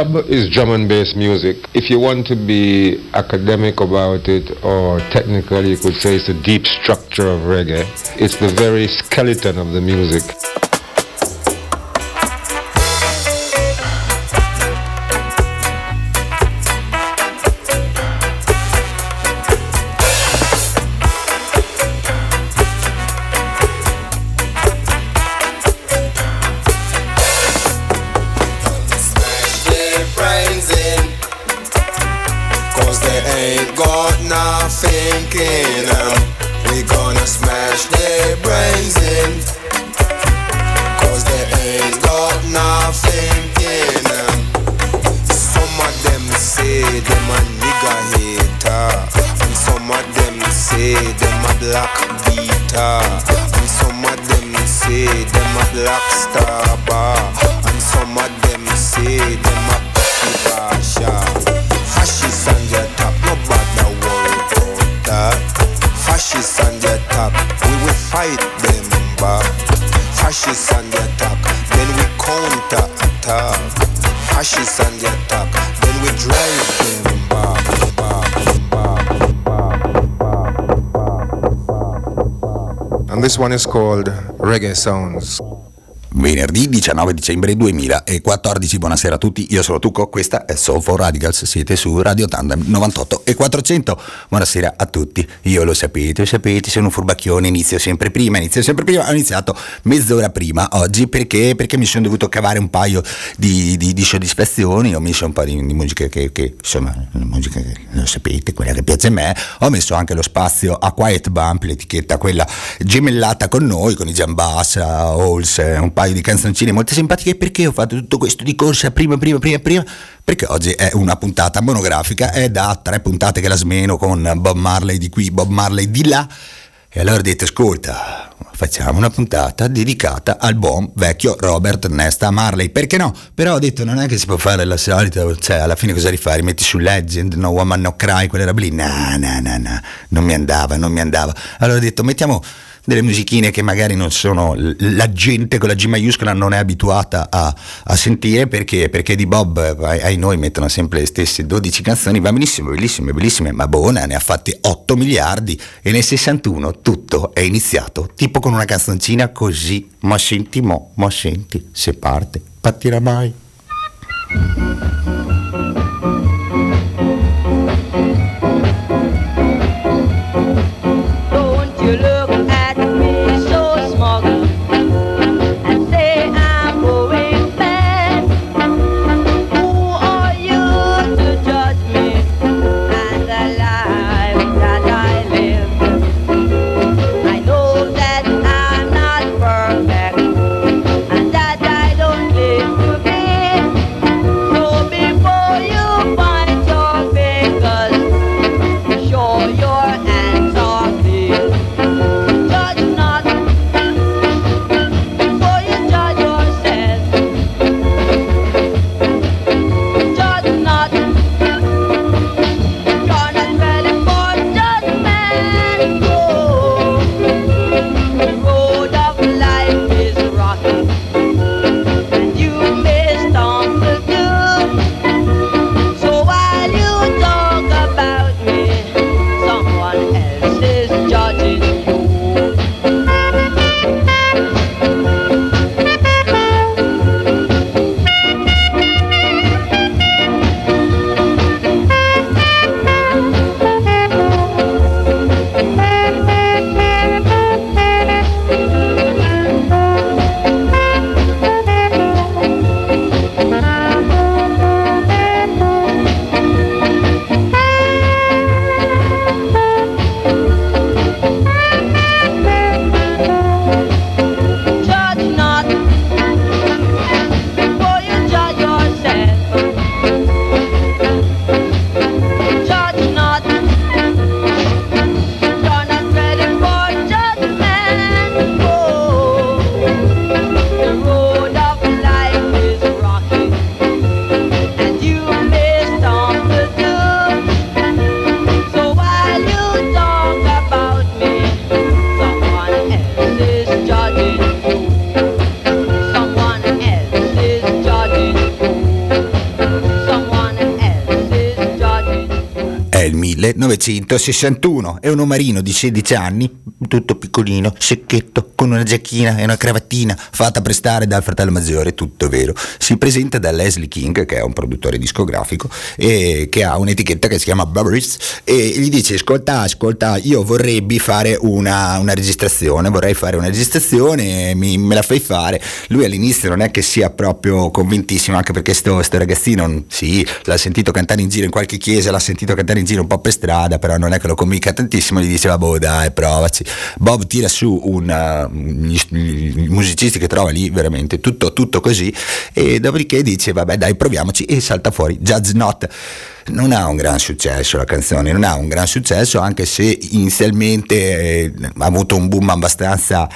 Dub is drum and bass music. If you want to be academic about it or technical, you could say it's the deep structure of reggae. It's the very skeleton of the music. This one is called Reggae Sounds. Venerdì 19 dicembre 2014, buonasera a tutti, io sono Tucco, questa è Soul for Radicals, siete su Radio Tandem 98 e 400, buonasera a tutti, io lo sapete, sono un furbacchione, inizio sempre prima, ho iniziato mezz'ora prima oggi perché mi sono dovuto cavare un paio di soddisfazioni, ho messo un po' di musica che insomma, la musica che lo sapete, quella che piace a me, ho messo anche lo spazio a Quiet Bump, l'etichetta quella gemellata con noi, con i Giambassa, Halls, un paio di canzoncine molto simpatiche. Perché ho fatto tutto questo di corsa prima? Perché oggi è una puntata monografica, è da 3 puntate che la smeno con Bob Marley di qui, Bob Marley di là, e allora ho detto ascolta, facciamo una puntata dedicata al buon vecchio Robert Nesta Marley, perché no? Però ho detto non è che si può fare la solita, cioè alla fine cosa rifai? Rimetti su Legend, No Woman No Cry, quella roba lì, no, non mi andava, allora ho detto mettiamo delle musichine che magari non sono la gente con la G maiuscola non è abituata a sentire, perché di Bob ai noi mettono sempre le stesse 12 canzoni, va benissimo, bellissime, ma buona, ne ha fatte 8 miliardi e nel 61 tutto è iniziato tipo con una canzoncina così, ma senti se partirà mai. Perfect, and that I don't live to be. 1961. È un omarino di 16 anni, tutto piccolino, secchetto, con una giacchina e una cravattina fatta prestare dal fratello maggiore, tutto vero. Si presenta da Leslie King, che è un produttore discografico e che ha un'etichetta che si chiama Burberry's, e gli dice: ascolta, io vorrei fare una registrazione, me la fai fare? Lui all'inizio non è che sia proprio convintissimo, anche perché sto ragazzino, sì, l'ha sentito cantare in giro in qualche chiesa, l'ha sentito cantare in giro un po' per strada, però non è che lo convinca tantissimo. Gli dice: vabbè, dai, provaci. Bob tira su i musicisti che trova lì, veramente tutto così, e dopodiché dice: vabbè, dai, proviamoci, e salta fuori Judge Not. Non ha un gran successo la canzone, anche se inizialmente ha avuto un boom abbastanza,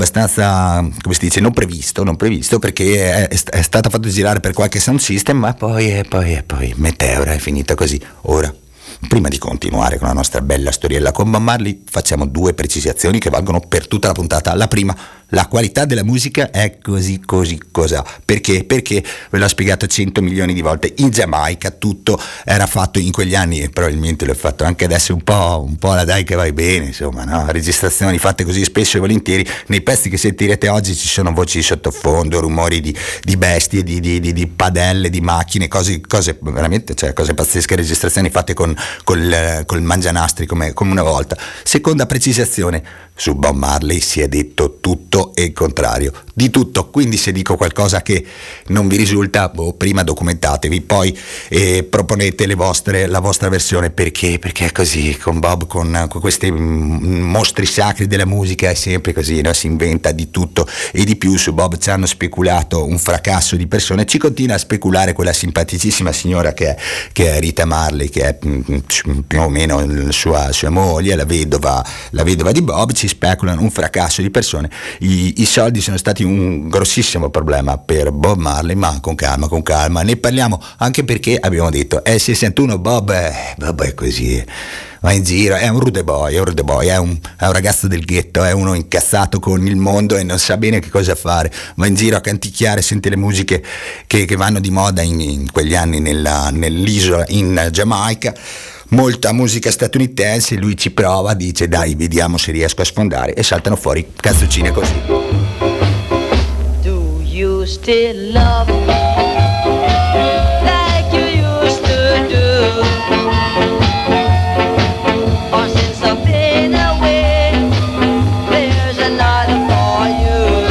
come si dice, non previsto, perché è stata fatta girare per qualche sound system, ma poi Meteora è finita così. Ora, prima di continuare con la nostra bella storiella con Bob Marley, facciamo 2 precisazioni che valgono per tutta la puntata. La prima: la qualità della musica è così cosa. Perché? Perché ve l'ho spiegato 100 milioni di volte. In Giamaica tutto era fatto in quegli anni, e probabilmente l'ho fatto anche adesso un po' la dai che vai bene, insomma, no? Registrazioni fatte così spesso e volentieri. Nei pezzi che sentirete oggi ci sono voci di sottofondo, rumori di bestie, di padelle, di macchine, cose veramente, cioè cose pazzesche, registrazioni fatte col mangianastri come una volta. Seconda precisazione: su Bob Marley si è detto tutto e il contrario di tutto, quindi se dico qualcosa che non vi risulta, prima documentatevi, poi proponete la vostra versione, perché è così con Bob, con questi mostri sacri della musica, è sempre così, no? Si inventa di tutto e di più. Su Bob ci hanno speculato un fracasso di persone, ci continua a speculare quella simpaticissima signora che è Rita Marley, che è più o meno sua moglie, la vedova di Bob. Ci speculano un fracasso di persone. I soldi sono stati un grossissimo problema per Bob Marley, ma con calma ne parliamo, anche perché abbiamo detto 61 Bob è così, va in giro, è un rude boy, è un ragazzo del ghetto, è uno incazzato con il mondo e non sa bene che cosa fare, va in giro a canticchiare, sente le musiche che vanno di moda in quegli anni nell'isola, in Giamaica, molta musica statunitense. Lui ci prova, dice: dai, vediamo se riesco a sfondare, e saltano fuori canzoncine così. Do you still love me like you used to do? Or since I've been away, there's another for you.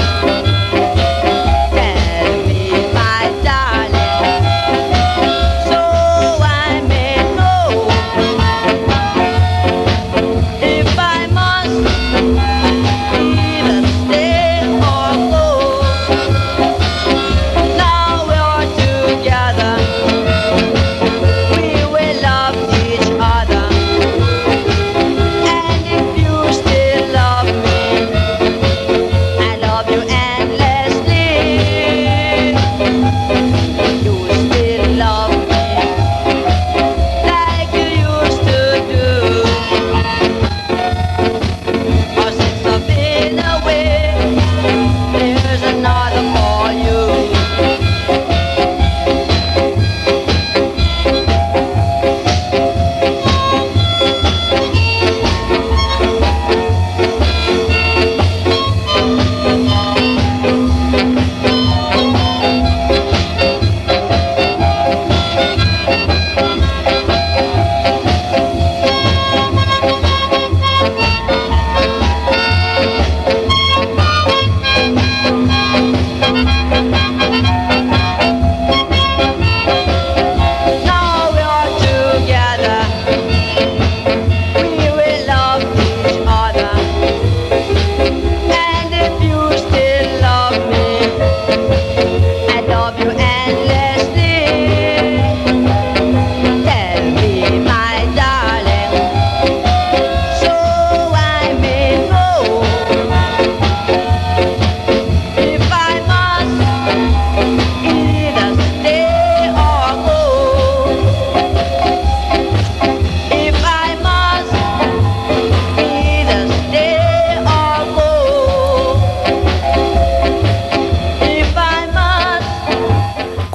Tell me, my darling, so I may know if I must even stay or go. Now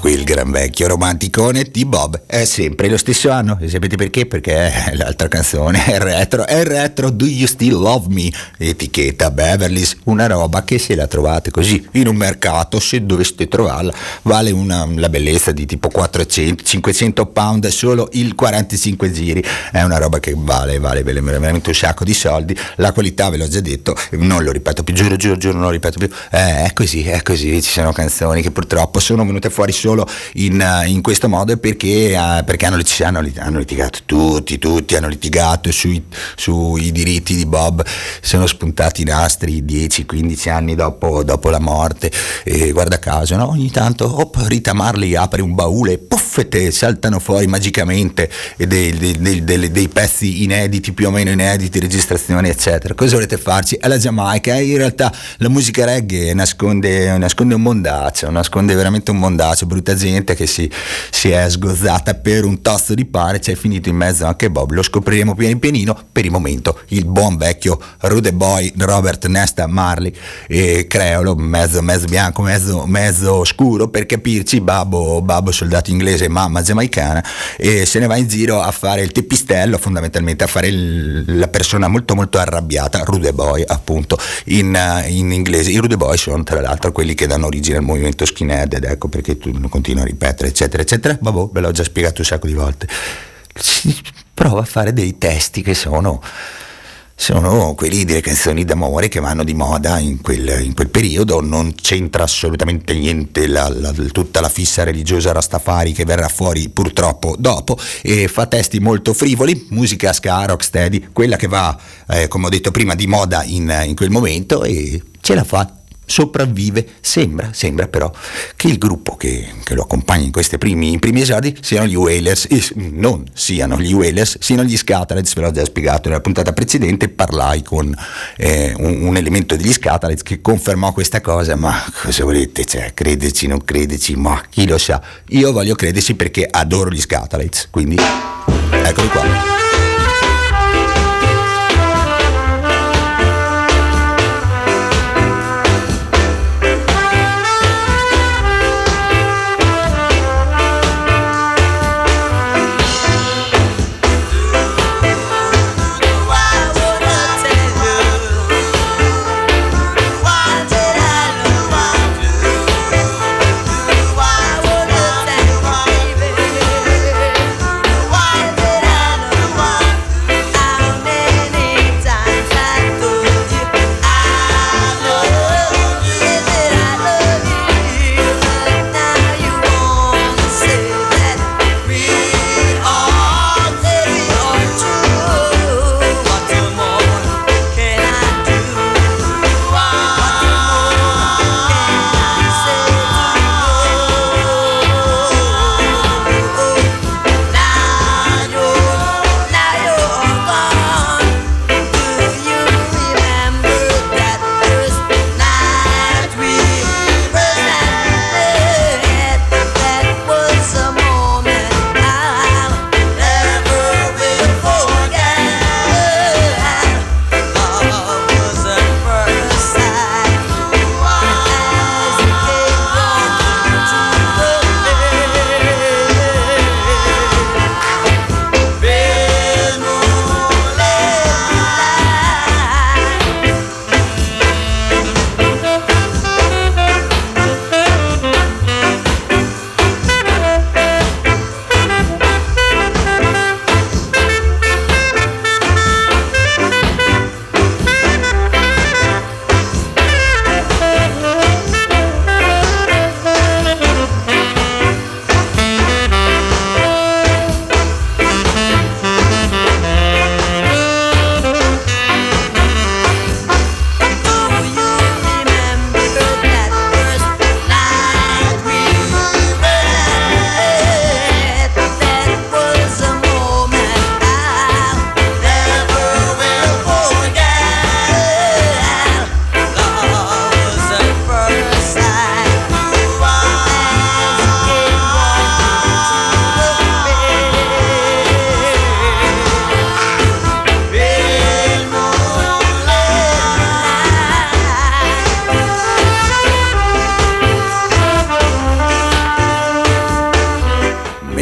quel gran vecchio romanticone di Bob è sempre lo stesso anno. E sapete perché? Perché l'altra canzone è il retro Do You Still Love Me, etichetta Beverly's, una roba che se la trovate così in un mercato, se doveste trovarla, vale la bellezza di tipo 400-500 pound solo il 45 giri. È una roba che vale veramente un sacco di soldi. La qualità ve l'ho già detto, non lo ripeto più, giuro non lo ripeto più. È così, ci sono canzoni che purtroppo sono venute fuori solo in questo modo perché hanno litigato tutti hanno litigato sui diritti di Bob, sono spuntati i nastri 10-15 anni dopo la morte, e guarda caso, no? Ogni tanto Rita Marley apre un baule, puff, e te saltano fuori magicamente dei pezzi inediti, più o meno inediti, registrazioni eccetera. Cosa volete farci? È la Giamaica, e in realtà la musica reggae nasconde un mondaccio, nasconde veramente un mondaccio, brutta gente che si è sgozzata per un tosto di pane, c'è finito in mezzo anche Bob, lo scopriremo pian pianino. Per il momento il buon vecchio Rude Boy Robert Nesta Marley, creolo, mezzo bianco, mezzo scuro, per capirci, babbo soldato inglese, mamma giamaicana, e se ne va in giro a fare il teppistello, fondamentalmente a fare la persona molto molto arrabbiata, Rude Boy appunto in inglese. I Rude Boy sono tra l'altro quelli che danno origine al movimento skinhead, ed ecco perché tu continui a ripetere eccetera eccetera. Vabbè, ve l'ho già spiegato un sacco di volte. Si prova a fare dei testi che sono quelli delle canzoni d'amore che vanno di moda in quel periodo. Non c'entra assolutamente niente tutta la fissa religiosa Rastafari che verrà fuori purtroppo dopo, e fa testi molto frivoli, musica ska, rocksteady, quella che va come ho detto prima di moda in quel momento, e ce la fa, sopravvive. Sembra però che il gruppo che lo accompagna in questi primi esordi siano gli Wailers, e non siano gli Wailers, siano gli Scatalites. Ve l'ho già spiegato nella puntata precedente, parlai con un elemento degli Scatalites che confermò questa cosa. Ma cosa volete, cioè, crederci, non crederci, ma chi lo sa. Io voglio crederci perché adoro gli Scatalites, quindi eccoli qua. Why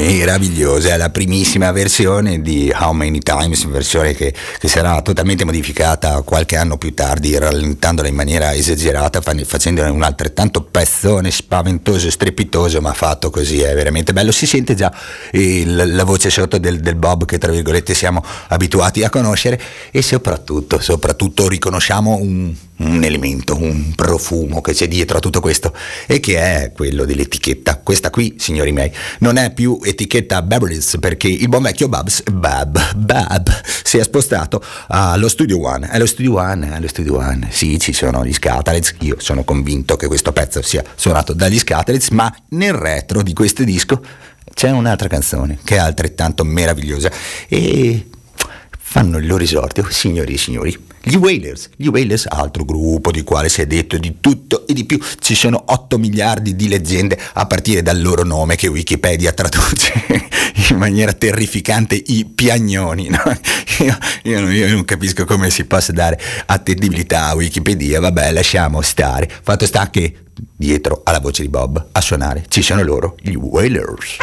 meravigliosa, la primissima versione di How Many Times, versione che sarà totalmente modificata qualche anno più tardi, rallentandola in maniera esagerata, facendone un altrettanto pezzone spaventoso, strepitoso, ma fatto così è veramente bello. Si sente già la voce sotto del Bob che tra virgolette siamo abituati a conoscere, e soprattutto riconosciamo un elemento, un profumo che c'è dietro a tutto questo, e che è quello dell'etichetta. Questa qui, signori miei, non è più etichetta Beverly's, perché il buon vecchio Bab si è spostato allo Studio One. Allo Studio One, sì, ci sono gli Skatalites. Io sono convinto che questo pezzo sia suonato dagli Skatalites, ma nel retro di questo disco c'è un'altra canzone che è altrettanto meravigliosa, e fanno il loro esordio, signori e signori, gli Wailers, altro gruppo di quale si è detto di tutto e di più. Ci sono 8 miliardi di leggende, a partire dal loro nome che Wikipedia traduce in maniera terrificante, i piagnoni, no? Io non capisco come si possa dare attendibilità a Wikipedia. Vabbè, lasciamo stare. Fatto sta che dietro alla voce di Bob a suonare ci sono loro, gli Wailers.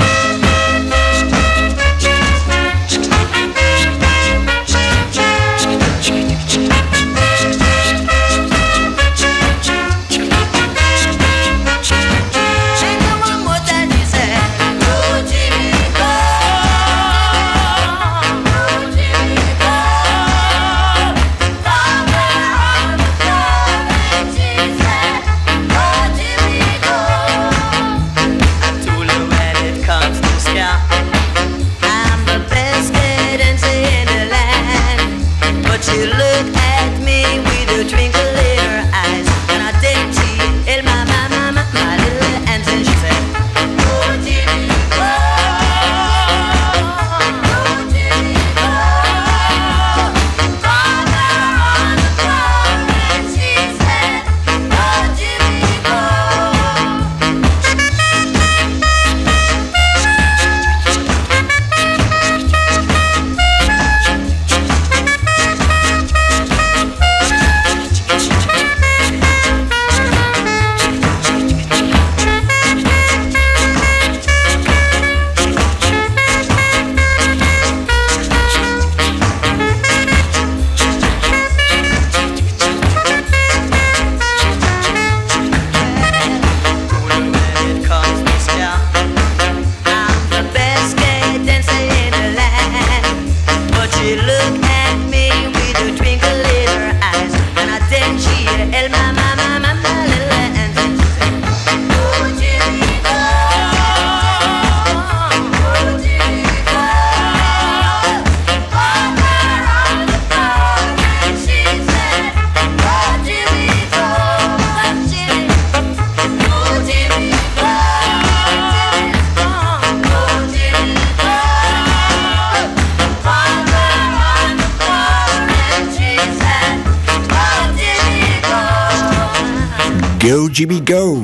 Go Jimmy Go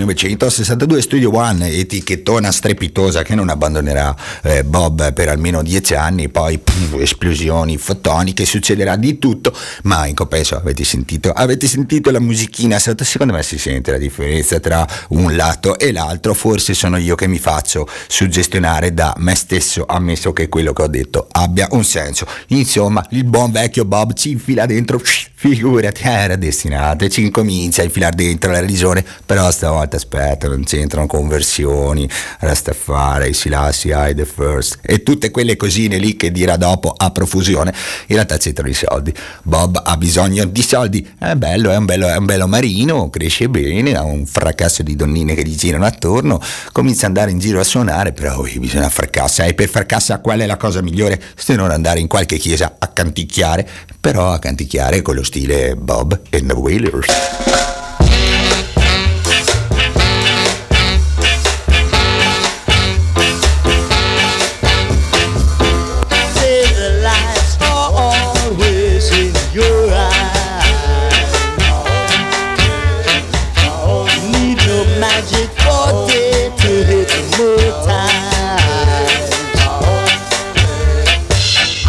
1962, Studio One, etichettona strepitosa che non abbandonerà Bob per almeno 10 anni, poi esplosioni fotoniche, succederà di tutto, ma in compenso avete sentito la musichina sotto? Secondo me si sente la differenza tra un lato e l'altro. Forse sono io che mi faccio suggestionare da me stesso, ammesso che quello che ho detto abbia un senso. Insomma, il buon vecchio Bob ci infila dentro, figurati, era destinato, e ci incomincia a infilare dentro la religione, però stavolta aspetta, non c'entrano conversioni, Rastafari, Selassie, I the First e tutte quelle cosine lì che dirà dopo a profusione. In realtà c'entrano i soldi. Bob ha bisogno di soldi, è bello, è un bello marino, cresce bene, ha un fracasso di donnine che gli girano attorno, comincia ad andare in giro a suonare, però bisogna far cassa, e per far cassa qual è la cosa migliore se non andare in qualche chiesa a canticchiare, però a canticchiare con lo stile Bob and the Wailers.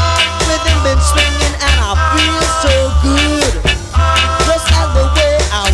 Swinging and I feel so good, just like the way I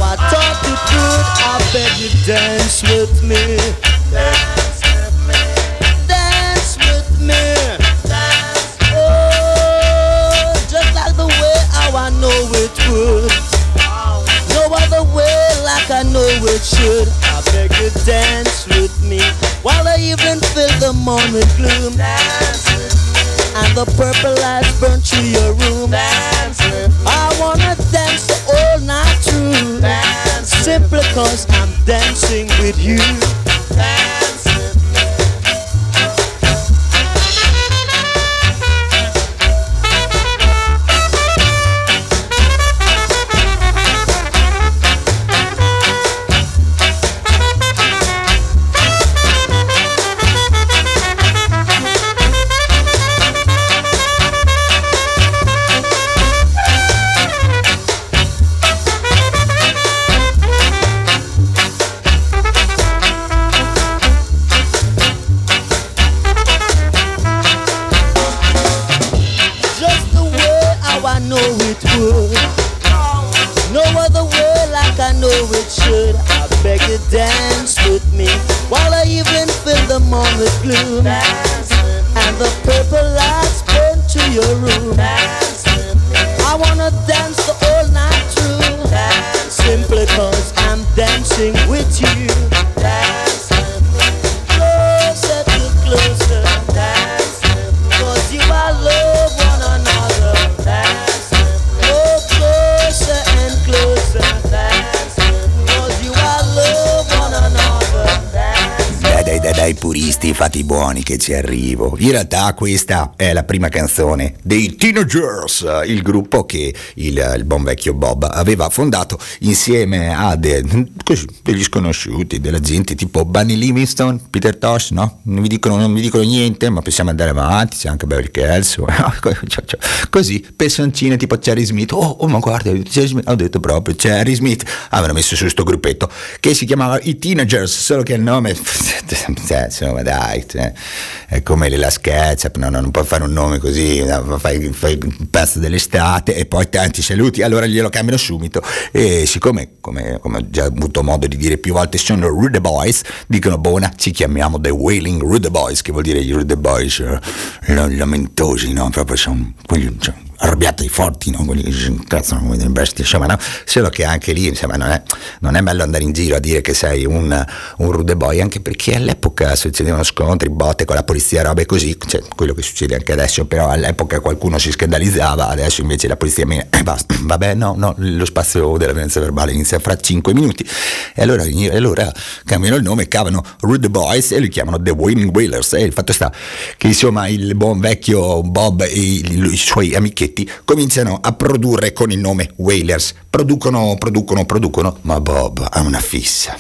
while the evening filled the morn with gloom. Dance with me. And the purple lights burn through your room. Dance with me. I wanna dance the whole night through. Dance simply cause I'm dancing with you. Dance with me. Dance with me while the evening filled the morn with gloom. Dance with me. And the purple lights burn to your room. Dance with me. I wanna dance the whole night through. Dance simply cause I'm dancing with you. Dance with me. Closer to closer. Dance with me. Cause you I love one another. Dance with me. Oh, closer and closer. Dance with me. Cause you I love. Dai puristi fatti buoni che ci arrivo. In realtà questa è la prima canzone dei Teenagers, il gruppo che il buon vecchio Bob aveva fondato insieme a degli sconosciuti, della gente tipo Bunny Livingston, Peter Tosh, no? Non mi dicono niente, ma possiamo andare avanti, c'è anche Beverly Kelso, così, personcine tipo Cherry Smith. Oh ma guarda, Cherry Smith, ho detto proprio Cherry Smith, avevano messo su sto gruppetto che si chiamava i Teenagers, solo che il nome insomma dai, è come la SketchUp, non puoi fare un nome così, fai il pezzo dell'estate e poi tanti saluti, allora glielo cambiano subito. E siccome come ho già avuto modo di dire più volte sono Rude Boys, dicono buona, ci chiamiamo The Wailing Rude Boys, che vuol dire i Rude Boys lamentosi, no? Proprio sono quelli, arrabbiati forti, no? Quelli che incazzano come delle bestie, insomma, no? Solo che anche lì, insomma, non è bello andare in giro a dire che sei un rude boy, anche perché all'epoca succedevano scontri, botte con la polizia, robe così, cioè quello che succede anche adesso, però all'epoca qualcuno si scandalizzava, adesso invece la polizia basta, vabbè, no, lo spazio della violenza verbale inizia fra 5 minuti, e allora cambiano il nome, cavano Rude Boys e li chiamano The Wailing Wailers, e il fatto sta che insomma il buon vecchio Bob e i suoi amichetti cominciano a produrre con il nome Wailers, producono, ma Bob ha una fissa,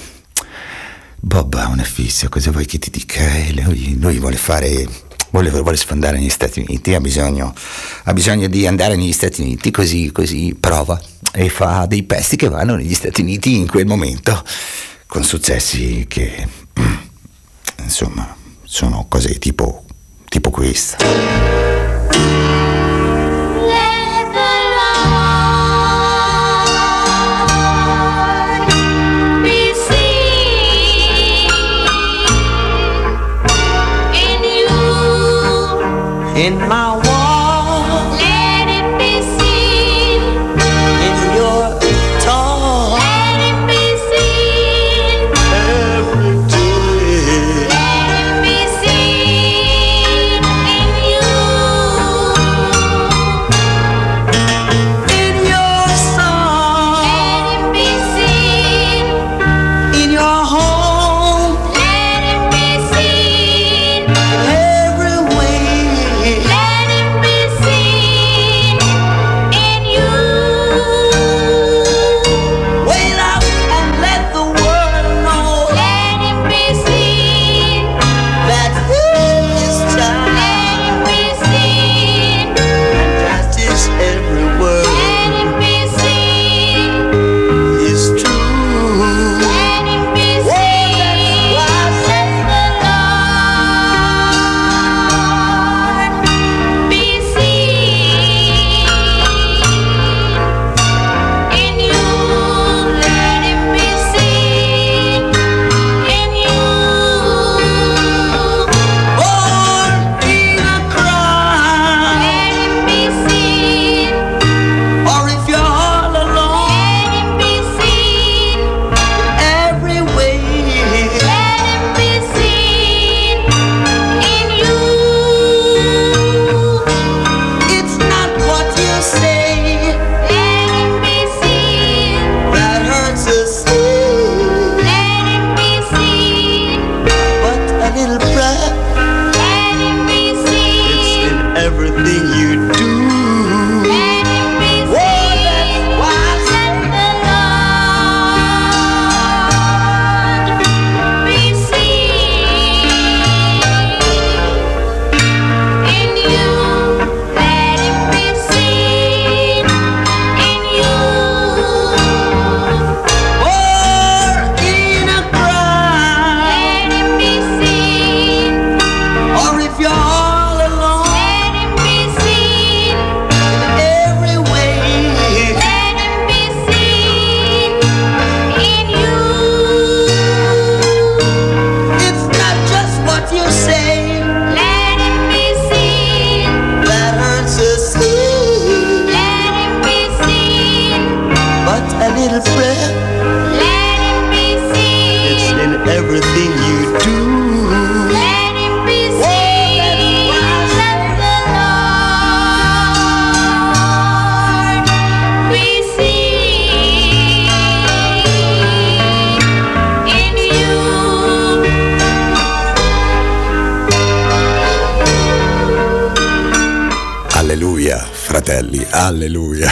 cosa vuoi che ti dica? Lui vuole sfondare negli Stati Uniti, ha bisogno di andare negli Stati Uniti, così prova e fa dei pezzi che vanno negli Stati Uniti in quel momento, con successi che insomma sono cose tipo questa. In my walk, let it be seen. In your talk, let it be seen. Every day, let it be seen. In you, in your song, let it be seen. In your home, let it be seen. In every way. Let fratelli, alleluia.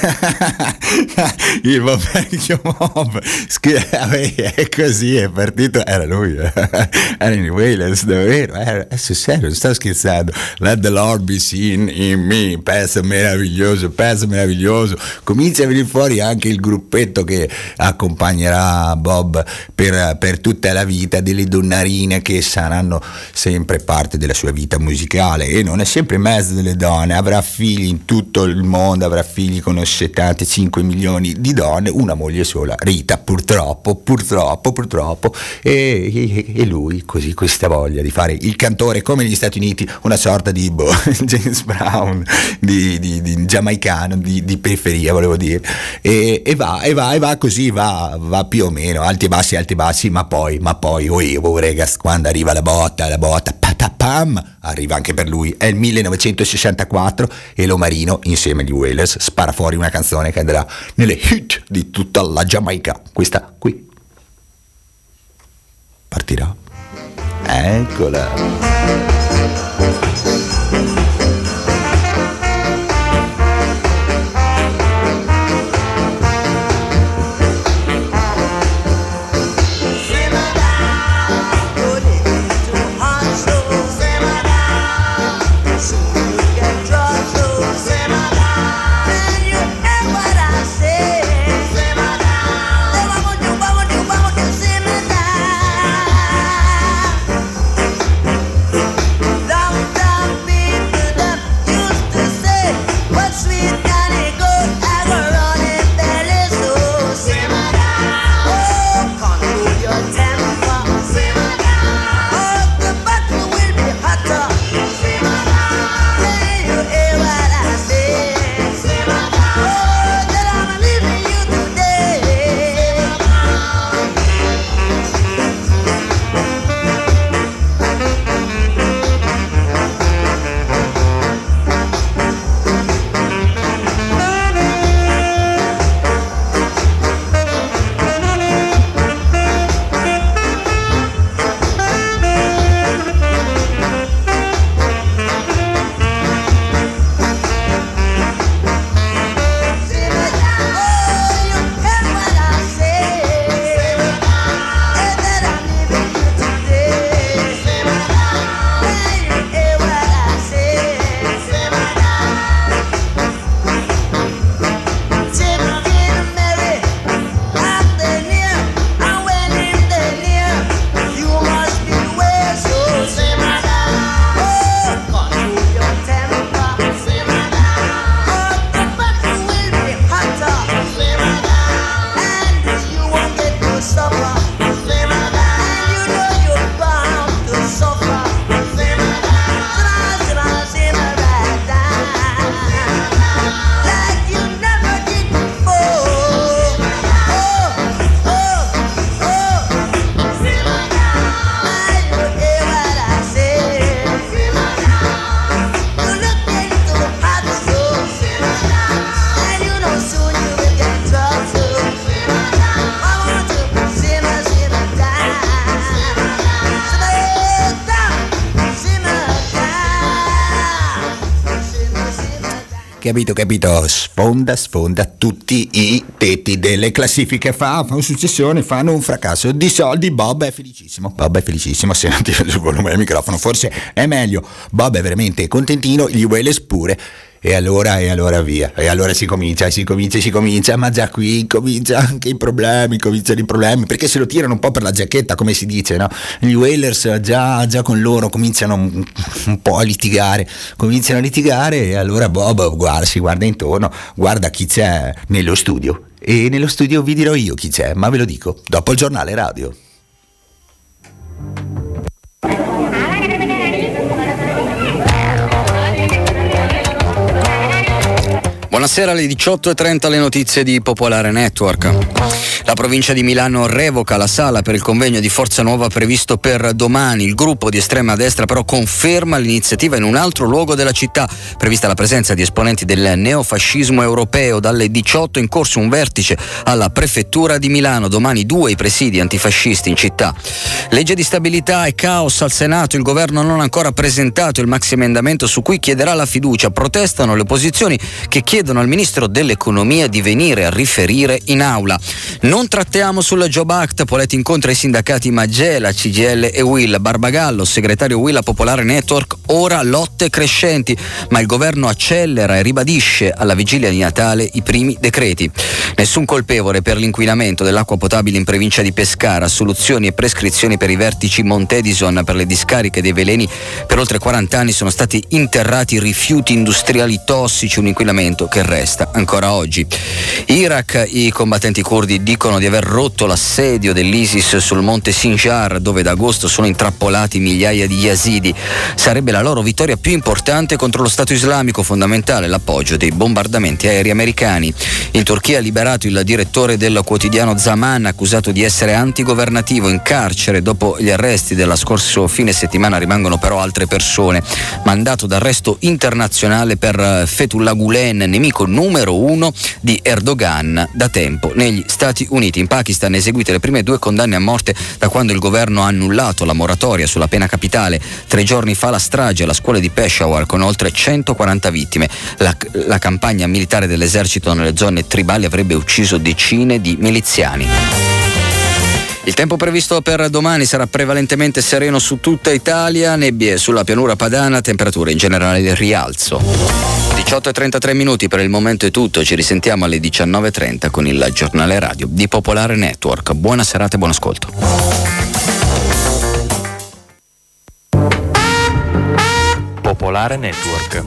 Il vecchio mob è così, è partito, era lui, era in Wailers, davvero, è sul serio, non sto scherzando. Let the Lord be seen in me, pezzo meraviglioso, comincia a venire fuori anche il gruppetto che accompagnerà Bob per tutta la vita, delle donnarine che saranno sempre parte della sua vita musicale, e non è sempre in mezzo delle donne, avrà figli in tutto il mondo, avrà figli con 75 milioni di donne, una moglie sola, Rita, purtroppo, e lui così, questa voglia di fare il cantore come negli Stati Uniti, una sorta di James Brown, di giamaicano, di periferia, volevo dire, e va così, va più o meno, alti e bassi, ma poi, regas, quando arriva la botta, patapam, arriva anche per lui, è il 1964 e l'Omarino insieme agli Wailers spara fuori una canzone che andrà nelle hit di tutta la Giamaica, questa qui partirà, eccola. Capito, sfonda tutti i tetti delle classifiche, fa un successione, fanno un fracasso di soldi. Bob è felicissimo, se non tira sul volume del microfono forse è meglio. Bob è veramente contentino, gli Wailers pure. E allora via, e allora si comincia, ma già qui cominciano i problemi, perché se lo tirano un po' per la giacchetta, come si dice, no? Gli Wailers già con loro cominciano un po' a litigare, e allora Bob si guarda intorno, guarda chi c'è nello studio, e nello studio vi dirò io chi c'è, ma ve lo dico dopo il giornale radio. Buonasera, alle 18:30 le notizie di Popolare Network. La provincia di Milano revoca la sala per il convegno di Forza Nuova previsto per domani. Il gruppo di estrema destra però conferma l'iniziativa in un altro luogo della città. Prevista la presenza di esponenti del neofascismo europeo. Dalle 18 in corso un vertice alla prefettura di Milano. Domani 2 i presidi antifascisti in città. Legge di stabilità e caos al Senato. Il governo non ha ancora presentato il maxiemendamento su cui chiederà la fiducia. Protestano le opposizioni che chiedono al ministro dell'economia di venire a riferire in aula. Non trattiamo sul Job Act. Poletti incontra i sindacati Magela, CGIL e UIL. Barbagallo, segretario UIL a Popolare Network, ora lotte crescenti, ma il governo accelera e ribadisce alla vigilia di Natale i primi decreti. Nessun colpevole per l'inquinamento dell'acqua potabile in provincia di Pescara. Soluzioni e prescrizioni per i vertici Montedison. Per le discariche dei veleni per oltre 40 anni sono stati interrati rifiuti industriali tossici, un inquinamento che resta ancora oggi. Iraq, i combattenti curdi dicono di aver rotto l'assedio dell'ISIS sul monte Sinjar, dove da agosto sono intrappolati migliaia di yazidi. Sarebbe la loro vittoria più importante contro lo Stato islamico, fondamentale l'appoggio dei bombardamenti aerei americani. In Turchia ha liberato il direttore del quotidiano Zaman, accusato di essere antigovernativo, in carcere dopo gli arresti della scorso fine settimana. Rimangono però altre persone. Mandato d'arresto internazionale per Fethullah Gulen, nemico numero 1 di Erdogan da tempo negli Stati Uniti. In Pakistan eseguite le prime 2 condanne a morte da quando il governo ha annullato la moratoria sulla pena capitale. 3 giorni fa la strage alla scuola di Peshawar con oltre 140 vittime. La campagna militare dell'esercito nelle zone tribali avrebbe ucciso decine di miliziani. Il tempo previsto per domani sarà prevalentemente sereno su tutta Italia, nebbie sulla pianura padana, temperature in generale di rialzo. 18:33 minuti, per il momento è tutto, ci risentiamo alle 19:30 con il giornale radio di Popolare Network. Buona serata e buon ascolto. Popolare Network.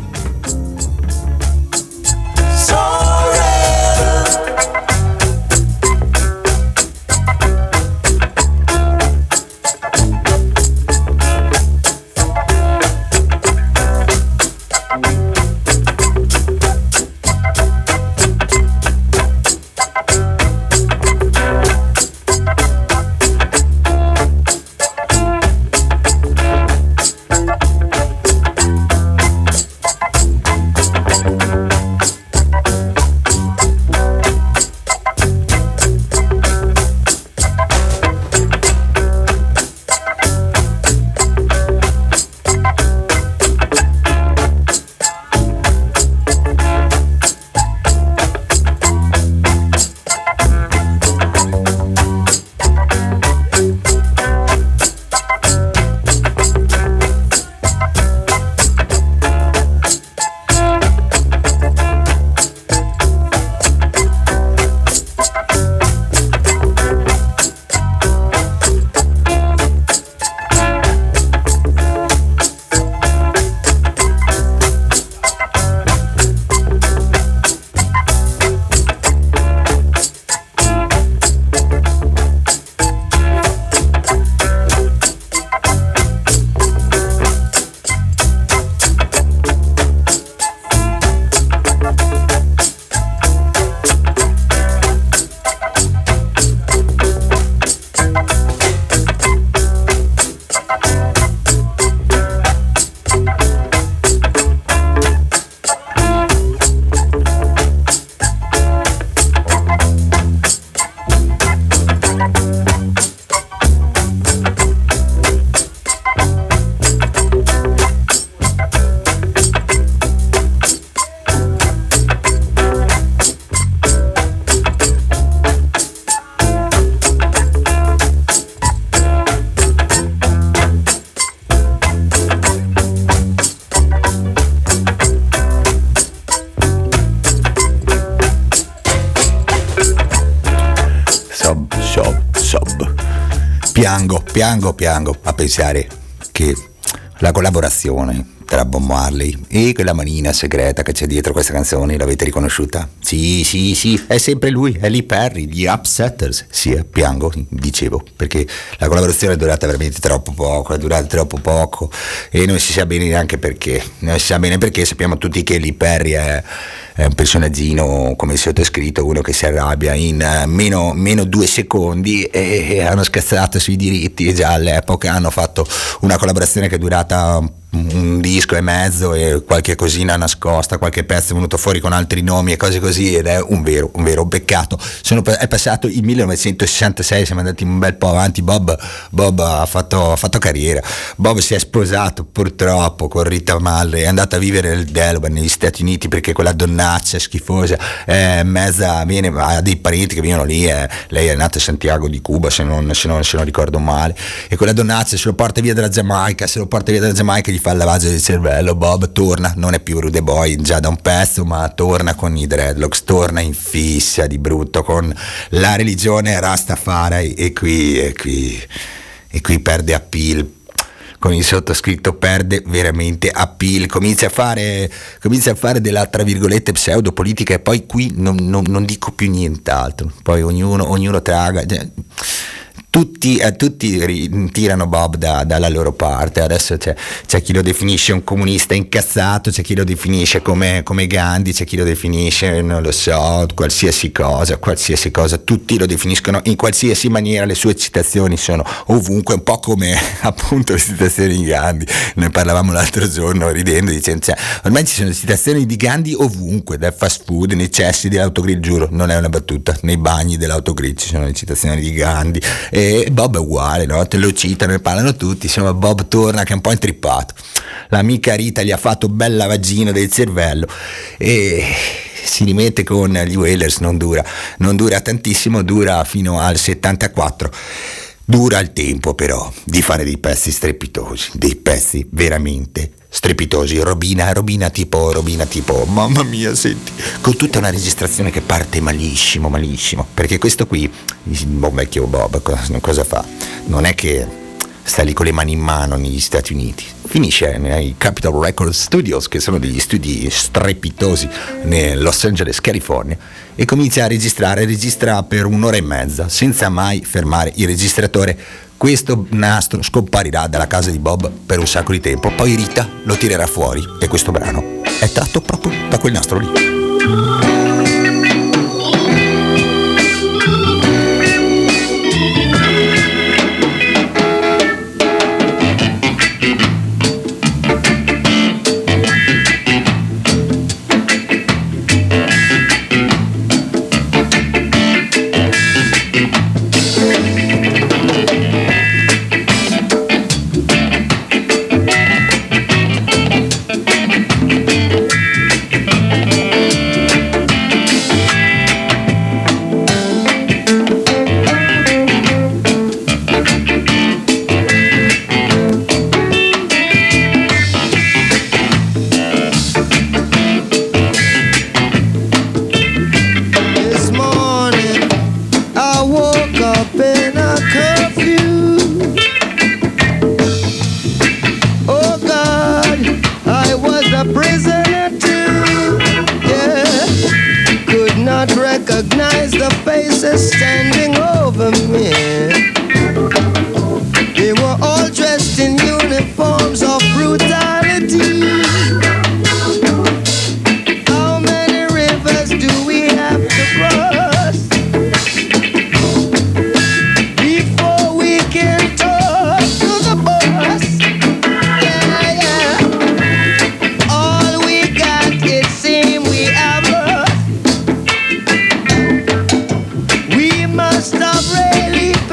Piango a pensare che la collaborazione tra Bob Marley e quella manina segreta che c'è dietro questa canzone, l'avete riconosciuta? Sì, è sempre lui, è Lee Perry, gli Upsetters. Sì, piango, dicevo, perché la collaborazione è durata veramente troppo poco e non si sa bene neanche perché. Non si sa bene perché, sappiamo tutti che Lee Perry è un personaggino come il sottoscritto, uno che si arrabbia in meno 2 secondi, e hanno scazzato sui diritti, e già all'epoca hanno fatto una collaborazione che è durata un disco e mezzo e qualche cosina nascosta, qualche pezzo è venuto fuori con altri nomi e cose così, ed è un vero peccato. È passato il 1966, siamo andati un bel po' avanti. Bob ha fatto carriera. Bob si è sposato purtroppo con Rita Marley, è andato a vivere nel Delaware negli Stati Uniti, perché quella donnaccia schifosa ha dei parenti che vivono lì, lei è nata a Santiago di Cuba, se non ricordo male, e quella donnaccia se lo porta via dalla Giamaica, gli fa il lavaggio del cervello. Bob torna, non è più Rude Boy già da un pezzo, ma torna con i dreadlocks, torna in fissa di brutto con la religione Rastafari, e qui perde appeal. Con il sottoscritto perde veramente appeal, comincia a fare della, tra virgolette, pseudopolitica, e poi qui non dico più nient'altro, poi ognuno traga. Tutti tirano Bob dalla loro parte. Adesso c'è chi lo definisce un comunista incazzato, c'è chi lo definisce come Gandhi, c'è chi lo definisce, non lo so, qualsiasi cosa, tutti lo definiscono in qualsiasi maniera. Le sue citazioni sono ovunque, un po' come appunto le citazioni di Gandhi. Ne parlavamo l'altro giorno ridendo, dicendo, ormai ci sono citazioni di Gandhi ovunque, dal fast food, nei cessi dell'autogrill, giuro, non è una battuta, nei bagni dell'autogrill ci sono le citazioni di Gandhi. E Bob è uguale, no? Te lo citano e parlano tutti. Insomma, Bob torna che è un po' intrippato. L'amica Rita gli ha fatto un bel lavagino del cervello e si rimette con gli Wailers. Non dura tantissimo, dura fino al 74. Dura il tempo però di fare dei pezzi strepitosi, dei pezzi veramente strepitosi. Robina tipo, mamma mia, senti, con tutta una registrazione che parte malissimo, perché questo qui, il buon vecchio Bob, cosa fa? Non è che sta lì con le mani in mano negli Stati Uniti, finisce nei Capitol Records Studios, che sono degli studi strepitosi nel Los Angeles, California, e comincia a registra per 1 ora e mezza senza mai fermare il registratore. Questo nastro scomparirà dalla casa di Bob per un sacco di tempo, poi Rita lo tirerà fuori, e questo brano è tratto proprio da quel nastro lì. Stop really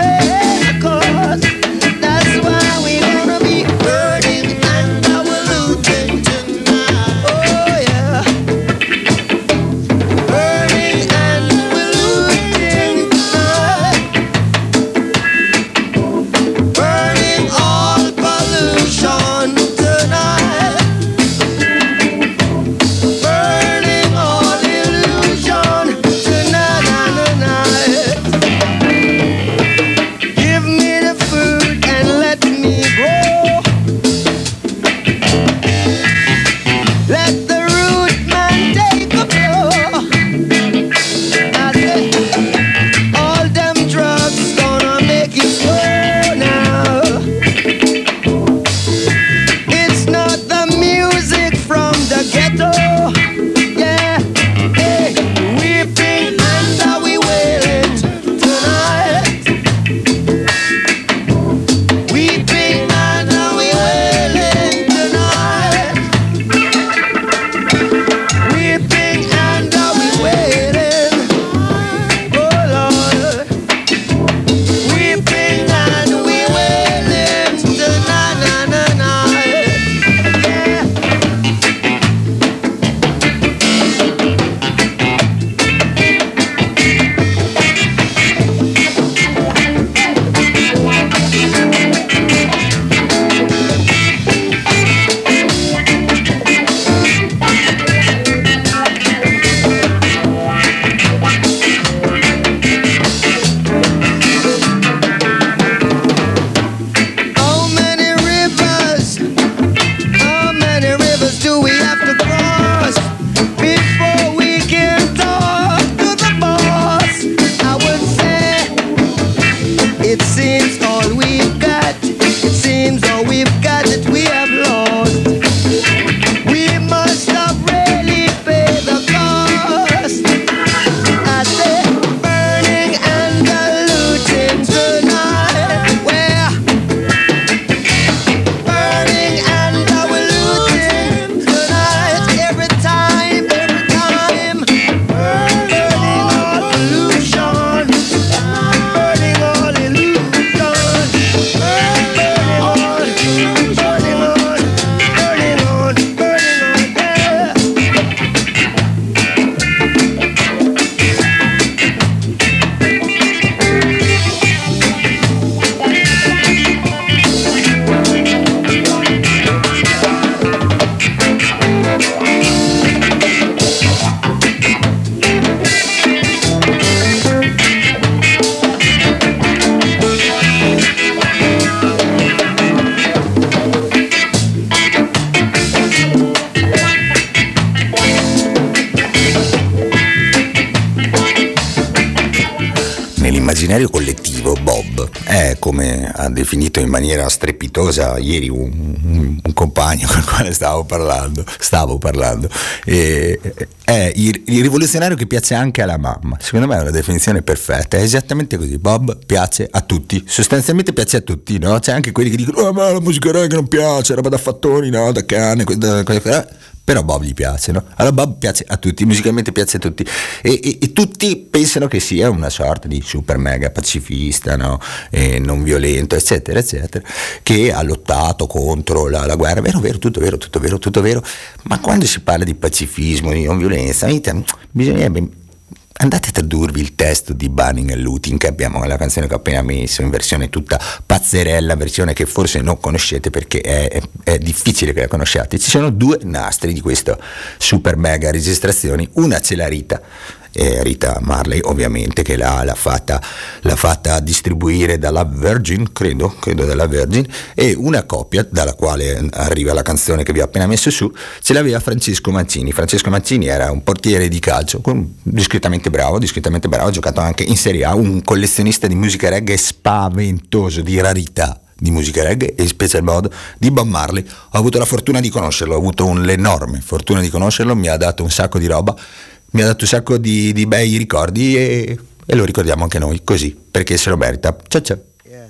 nell'immaginario collettivo Bob è, come ha definito in maniera strepitosa ieri un compagno con il quale stavo parlando, è il rivoluzionario che piace anche alla mamma. Secondo me è una definizione perfetta, è esattamente così. Bob piace a tutti, sostanzialmente piace a tutti, no? C'è anche quelli che dicono oh, ma la musica reggae non piace, roba da fattoni, no, da cane, però Bob gli piace, no? Allora Bob piace a tutti, musicalmente piace a tutti e tutti pensano che sia una sorta di super mega pacifista, no? E non violento, eccetera eccetera, che ha lottato contro la guerra. Vero, tutto vero, ma quando si parla di pacifismo, di non violenza, bisognerebbe andate a tradurvi il testo di Burning and Looting, che abbiamo la canzone che ho appena messo in versione tutta pazzerella, versione che forse non conoscete perché è difficile che la conosciate. Ci sono 2 nastri di questa super mega registrazioni, una ce l'ha Rita Marley ovviamente, che l'ha fatta distribuire dalla Virgin, credo dalla Virgin, e una copia dalla quale arriva la canzone che vi ho appena messo su ce l'aveva Francesco Mancini era un portiere di calcio discretamente bravo, ha giocato anche in Serie A, un collezionista di musica reggae spaventoso, di rarità di musica reggae e in special modo di Bob Marley. Ho avuto la fortuna di conoscerlo, l'enorme fortuna di conoscerlo, mi ha dato un sacco di roba, mi ha dato un sacco di bei ricordi e lo ricordiamo anche noi così, perché se lo merita. Ciao.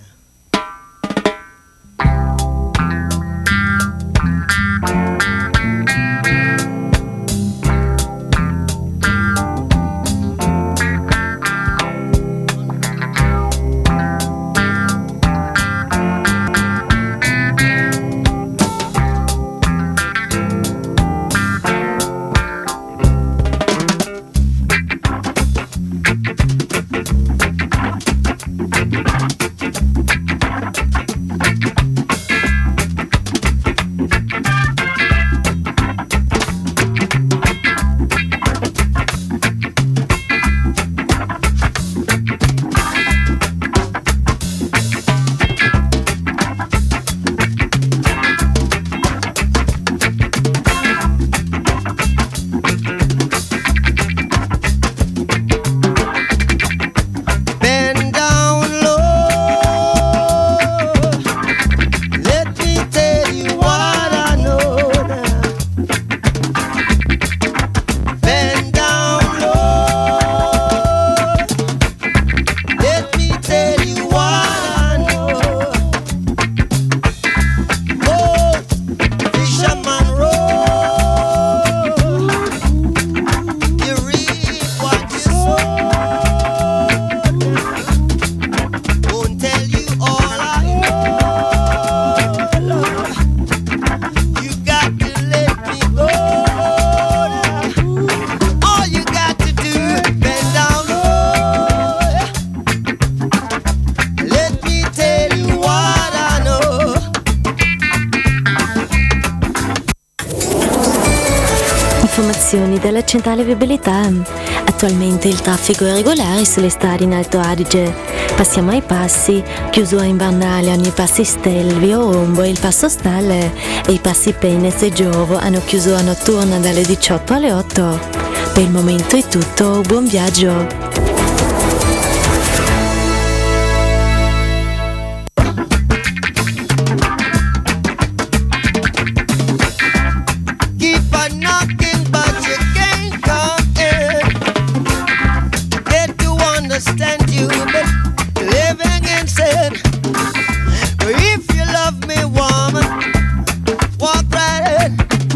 Della centrale viabilità. Attualmente il traffico è regolare sulle strade in Alto Adige. Passiamo ai passi. Chiusura invernale ogni passi Stelvio, Rombo e il passo Stalle e i passi Penez e Giovo hanno chiusura notturna dalle 18 alle 8. Per il momento è tutto, buon viaggio.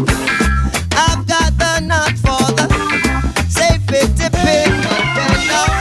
I've got the nut for the safety pin.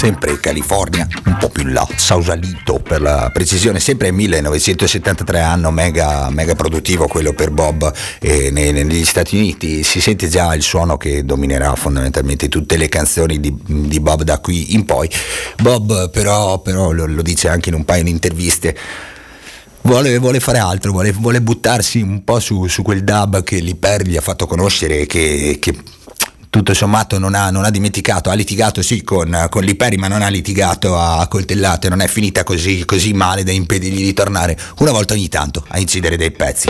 sempre California, un po' più in là, Sausalito per la precisione, sempre 1973, anno mega produttivo quello per Bob negli Stati Uniti. Si sente già il suono che dominerà fondamentalmente tutte le canzoni di Bob da qui in poi. Bob però lo dice anche in un paio di interviste, vuole fare altro, vuole buttarsi un po' su quel dub che Liper gli ha fatto conoscere, che tutto sommato non ha dimenticato. Ha litigato sì con Liperi, ma non ha litigato a coltellate, non è finita così male da impedirgli di tornare una volta ogni tanto a incidere dei pezzi.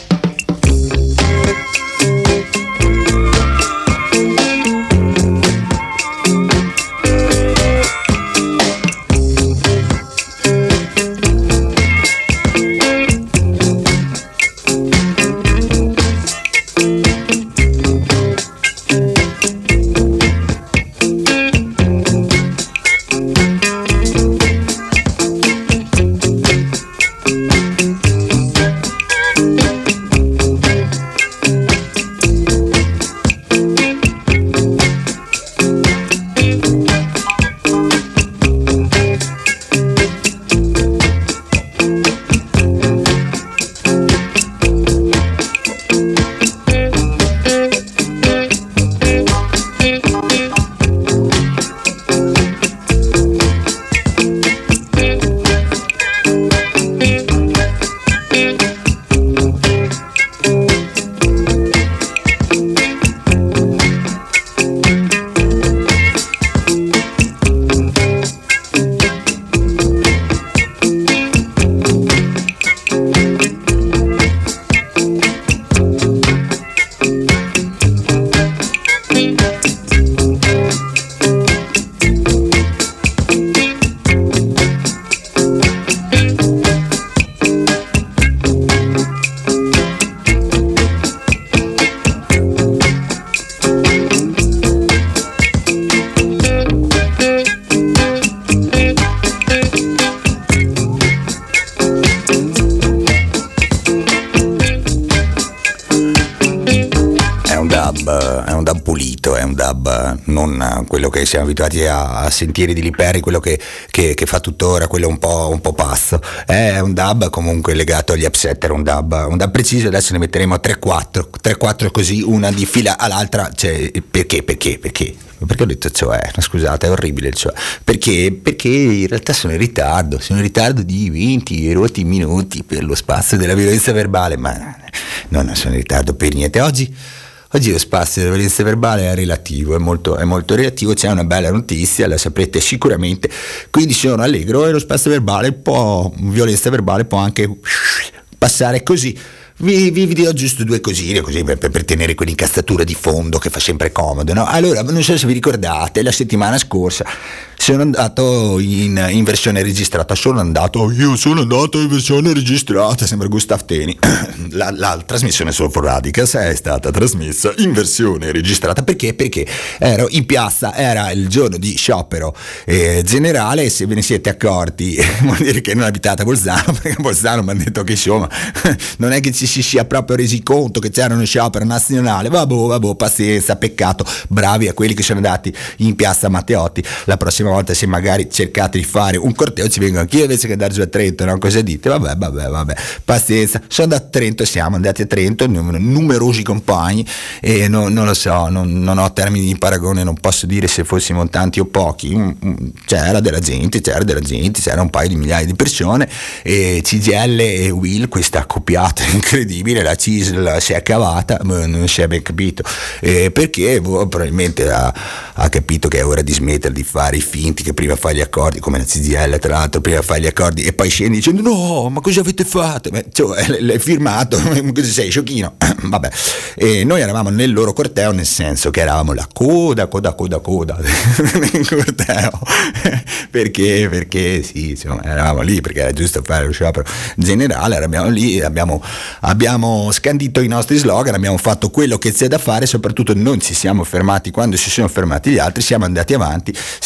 Non quello che siamo abituati a sentire di Liperi, quello che fa tuttora, quello un po' pazzo. È un dub comunque legato agli upsetter, un dub preciso. Adesso ne metteremo 3-4 così, una di fila all'altra. Cioè, perché ho detto cioè? Scusate, è orribile il cioè. Perché in realtà sono in ritardo di 20 rotti minuti per lo spazio della violenza verbale, ma non sono in ritardo per niente. Oggi lo spazio della violenza verbale è relativo, è molto relativo. C'è una bella notizia, la saprete sicuramente. Quindi sono allegro e lo spazio verbale violenza verbale può anche passare così. Vi dirò giusto due cosine così per tenere quell'incastratura di fondo che fa sempre comodo, no? Allora, non so se vi ricordate, la settimana scorsa sono andato in versione registrata. Io sono andato in versione registrata, sembra Gustav Teni. La trasmissione Soulful Radicals è stata trasmessa in versione registrata. Perché ero in piazza, era il giorno di sciopero generale, e se ve ne siete accorti vuol dire che non abitate a Bolzano, perché a Bolzano mi hanno detto che insomma non è che ci si sia proprio resi conto che c'era uno sciopero nazionale. Vabbè, pazienza, peccato, bravi a quelli che sono andati in piazza Matteotti. La prossima volta, se magari cercate di fare un corteo, ci vengo anch'io invece che andare giù a Trento, no? Cosa dite? Vabbè, pazienza. Sono andato a Trento, siamo andati a Trento, numerosi compagni, e non lo so, non ho termini di paragone, non posso dire se fossimo tanti o pochi. C'era della gente, c'era un paio di migliaia di persone, e CGL e Will, questa accoppiata incredibile, la CISL si è cavata, ma non si è ben capito perché probabilmente ha capito che è ora di smettere di fare i finti, che prima fa gli accordi, come la CGL tra l'altro, prima fa gli accordi e poi scende dicendo no, ma cosa avete fatto? L'hai firmato, cosa sei, sciocchino? Vabbè, e noi eravamo nel loro corteo, nel senso che eravamo la coda nel corteo perché sì, insomma, eravamo lì perché era giusto fare lo sciopero generale, eravamo lì, abbiamo scandito i nostri slogan, abbiamo fatto quello che c'è da fare, soprattutto non ci siamo fermati quando si sono fermati gli altri, siamo andati avanti, siamo finiti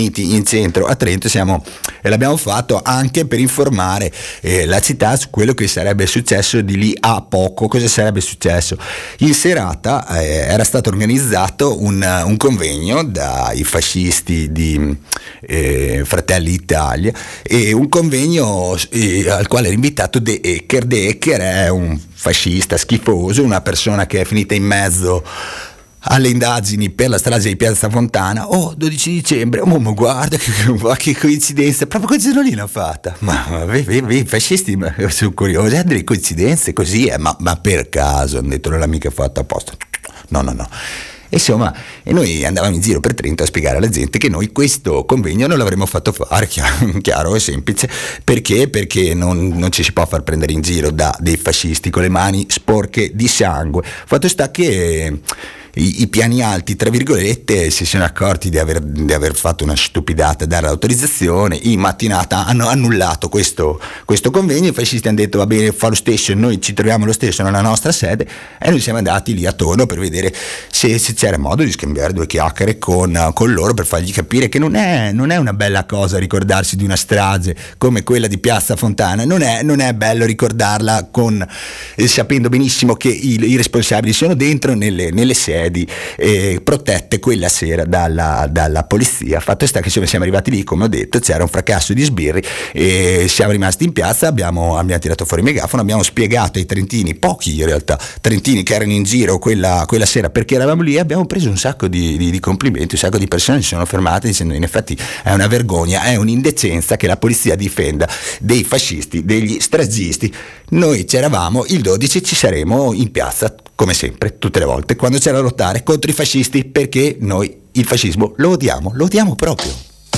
riuniti in centro a Trento, e l'abbiamo fatto anche per informare la città su quello che sarebbe successo di lì a poco. Cosa sarebbe successo? In serata era stato organizzato un convegno dai fascisti di Fratelli d'Italia, e un convegno al quale era invitato De Ecker. De Ecker è un fascista schifoso, una persona che è finita in mezzo alle indagini per la strage di Piazza Fontana. 12 dicembre, ma guarda che coincidenza, proprio quel giorno lì l'hanno fatta. Ma i fascisti sono curiosi, delle coincidenze così, ma per caso hanno detto, non l'ha mica fatto apposta. No. Insomma, e noi andavamo in giro per Trento a spiegare alla gente che noi questo convegno non l'avremmo fatto fare, chiaro e semplice, perché non ci si può far prendere in giro da dei fascisti con le mani sporche di sangue. Fatto sta che i piani alti, tra virgolette, si sono accorti di aver fatto una stupidata, dare l'autorizzazione. In mattinata hanno annullato questo convegno. I fascisti hanno detto va bene, fa lo stesso, noi ci troviamo lo stesso nella nostra sede, e noi siamo andati lì a Tono per vedere se c'era modo di scambiare due chiacchiere con loro, per fargli capire che non è una bella cosa ricordarsi di una strage come quella di Piazza Fontana. Non è bello ricordarla sapendo benissimo che i responsabili sono dentro nelle sedi protette quella sera dalla polizia. Fatto sta che siamo arrivati lì, come ho detto, c'era un fracasso di sbirri, e siamo rimasti in piazza, abbiamo tirato fuori il megafono, abbiamo spiegato ai trentini, pochi in realtà, trentini che erano in giro quella sera perché eravamo lì, abbiamo preso un sacco di complimenti, un sacco di persone si sono fermate dicendo in effetti è una vergogna, è un'indecenza che la polizia difenda dei fascisti, degli stragisti. Noi c'eravamo, il 12 ci saremo in piazza come sempre, tutte le volte, quando c'è da lottare contro i fascisti, perché noi il fascismo lo odiamo proprio.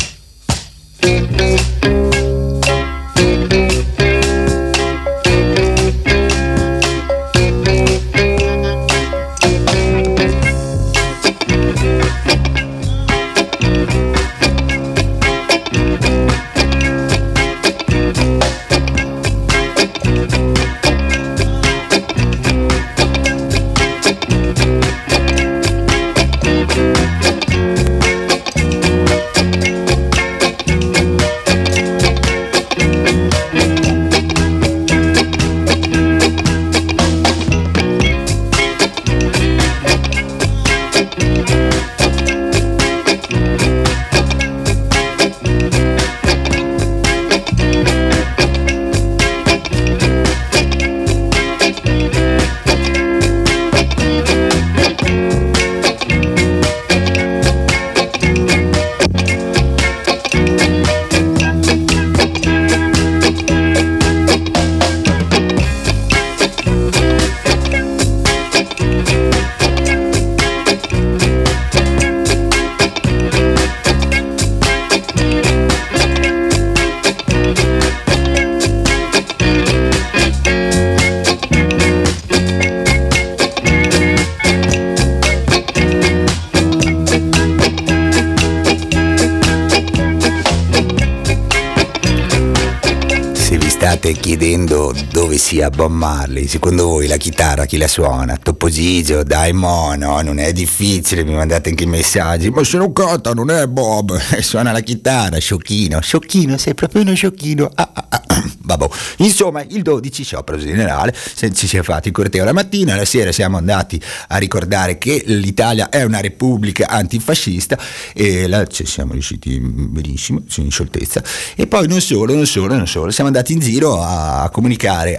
Chiedendo dove sia Bob Marley, secondo voi la chitarra chi la suona? Topo Gigio, dai mono, non è difficile, mi mandate anche i messaggi, ma se non canta non è Bob, suona la chitarra, sciocchino, sei proprio uno sciocchino. Vabbè, insomma, il 12 sciopero generale, ci si è fatti il corteo la mattina, la sera siamo andati a ricordare che l'Italia è una repubblica antifascista, e là ci siamo riusciti benissimo, in scioltezza, e poi non solo, siamo andati in giro a comunicare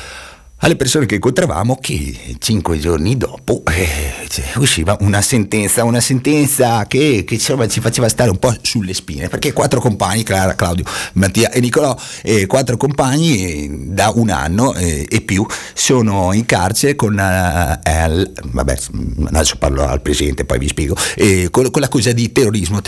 alle persone che incontravamo che 5 giorni dopo usciva una sentenza che insomma, ci faceva stare un po' sulle spine, perché 4 compagni, Clara, Claudio, Mattia e Nicolò, 4 compagni da un anno e più sono in carcere con vabbè, adesso parlo al presidente, poi vi spiego, con l'accusa di terrorismo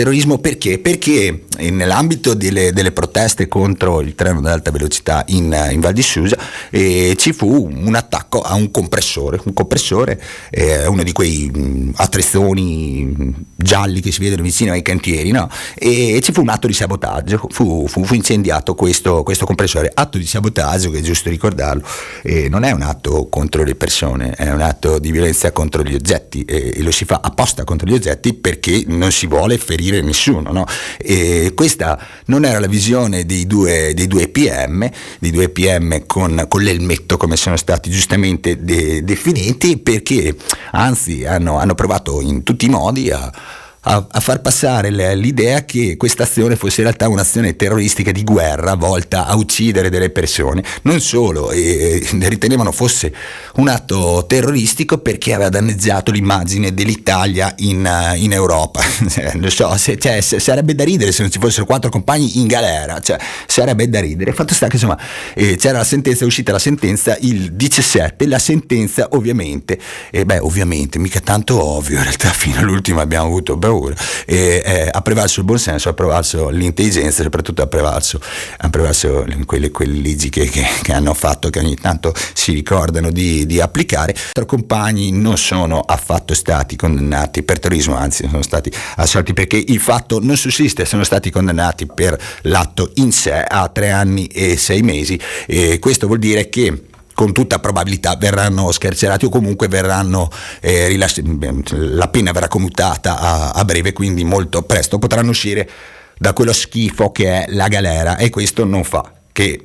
perché nell'ambito delle proteste contro il treno ad alta velocità in Val di Susa ci fu fu un attacco a un compressore. Un compressore è uno di quei attrezzoni gialli che si vedono vicino ai cantieri, no? E ci fu un atto di sabotaggio, fu incendiato questo compressore. Atto di sabotaggio che è giusto ricordarlo, non è un atto contro le persone, è un atto di violenza contro gli oggetti, e lo si fa apposta contro gli oggetti perché non si vuole ferire nessuno, no? E questa non era la visione dei due PM con l'elmetto, come sono stati giustamente definiti, perché anzi hanno provato in tutti i modi a far passare l'idea che questa azione fosse in realtà un'azione terroristica di guerra volta a uccidere delle persone. Non solo, ritenevano fosse un atto terroristico perché aveva danneggiato l'immagine dell'Italia in Europa. Lo so, sarebbe da ridere se non ci fossero 4 compagni in galera, sarebbe da ridere. Fatto sta che insomma c'era la sentenza, è uscita la sentenza il 17, la sentenza ovviamente mica tanto ovvio, in realtà fino all'ultimo abbiamo avuto paura, ha prevalso il buonsenso, ha prevalso l'intelligenza, soprattutto ha prevalso quelle leggi che hanno fatto, che ogni tanto si ricordano di applicare. I 4 compagni non sono affatto stati condannati per terrorismo, anzi sono stati assolti perché il fatto non sussiste, sono stati condannati per l'atto in sé a 3 anni e 6 mesi, e questo vuol dire che con tutta probabilità verranno scarcerati o comunque verranno la pena verrà commutata a breve, quindi molto presto potranno uscire da quello schifo che è la galera, e questo non fa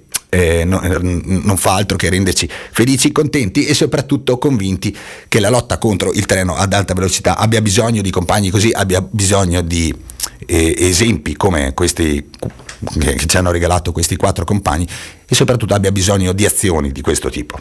altro che renderci felici, contenti e soprattutto convinti che la lotta contro il treno ad alta velocità abbia bisogno di compagni così, abbia bisogno di esempi come questi che ci hanno regalato questi 4 compagni, e soprattutto abbia bisogno di azioni di questo tipo.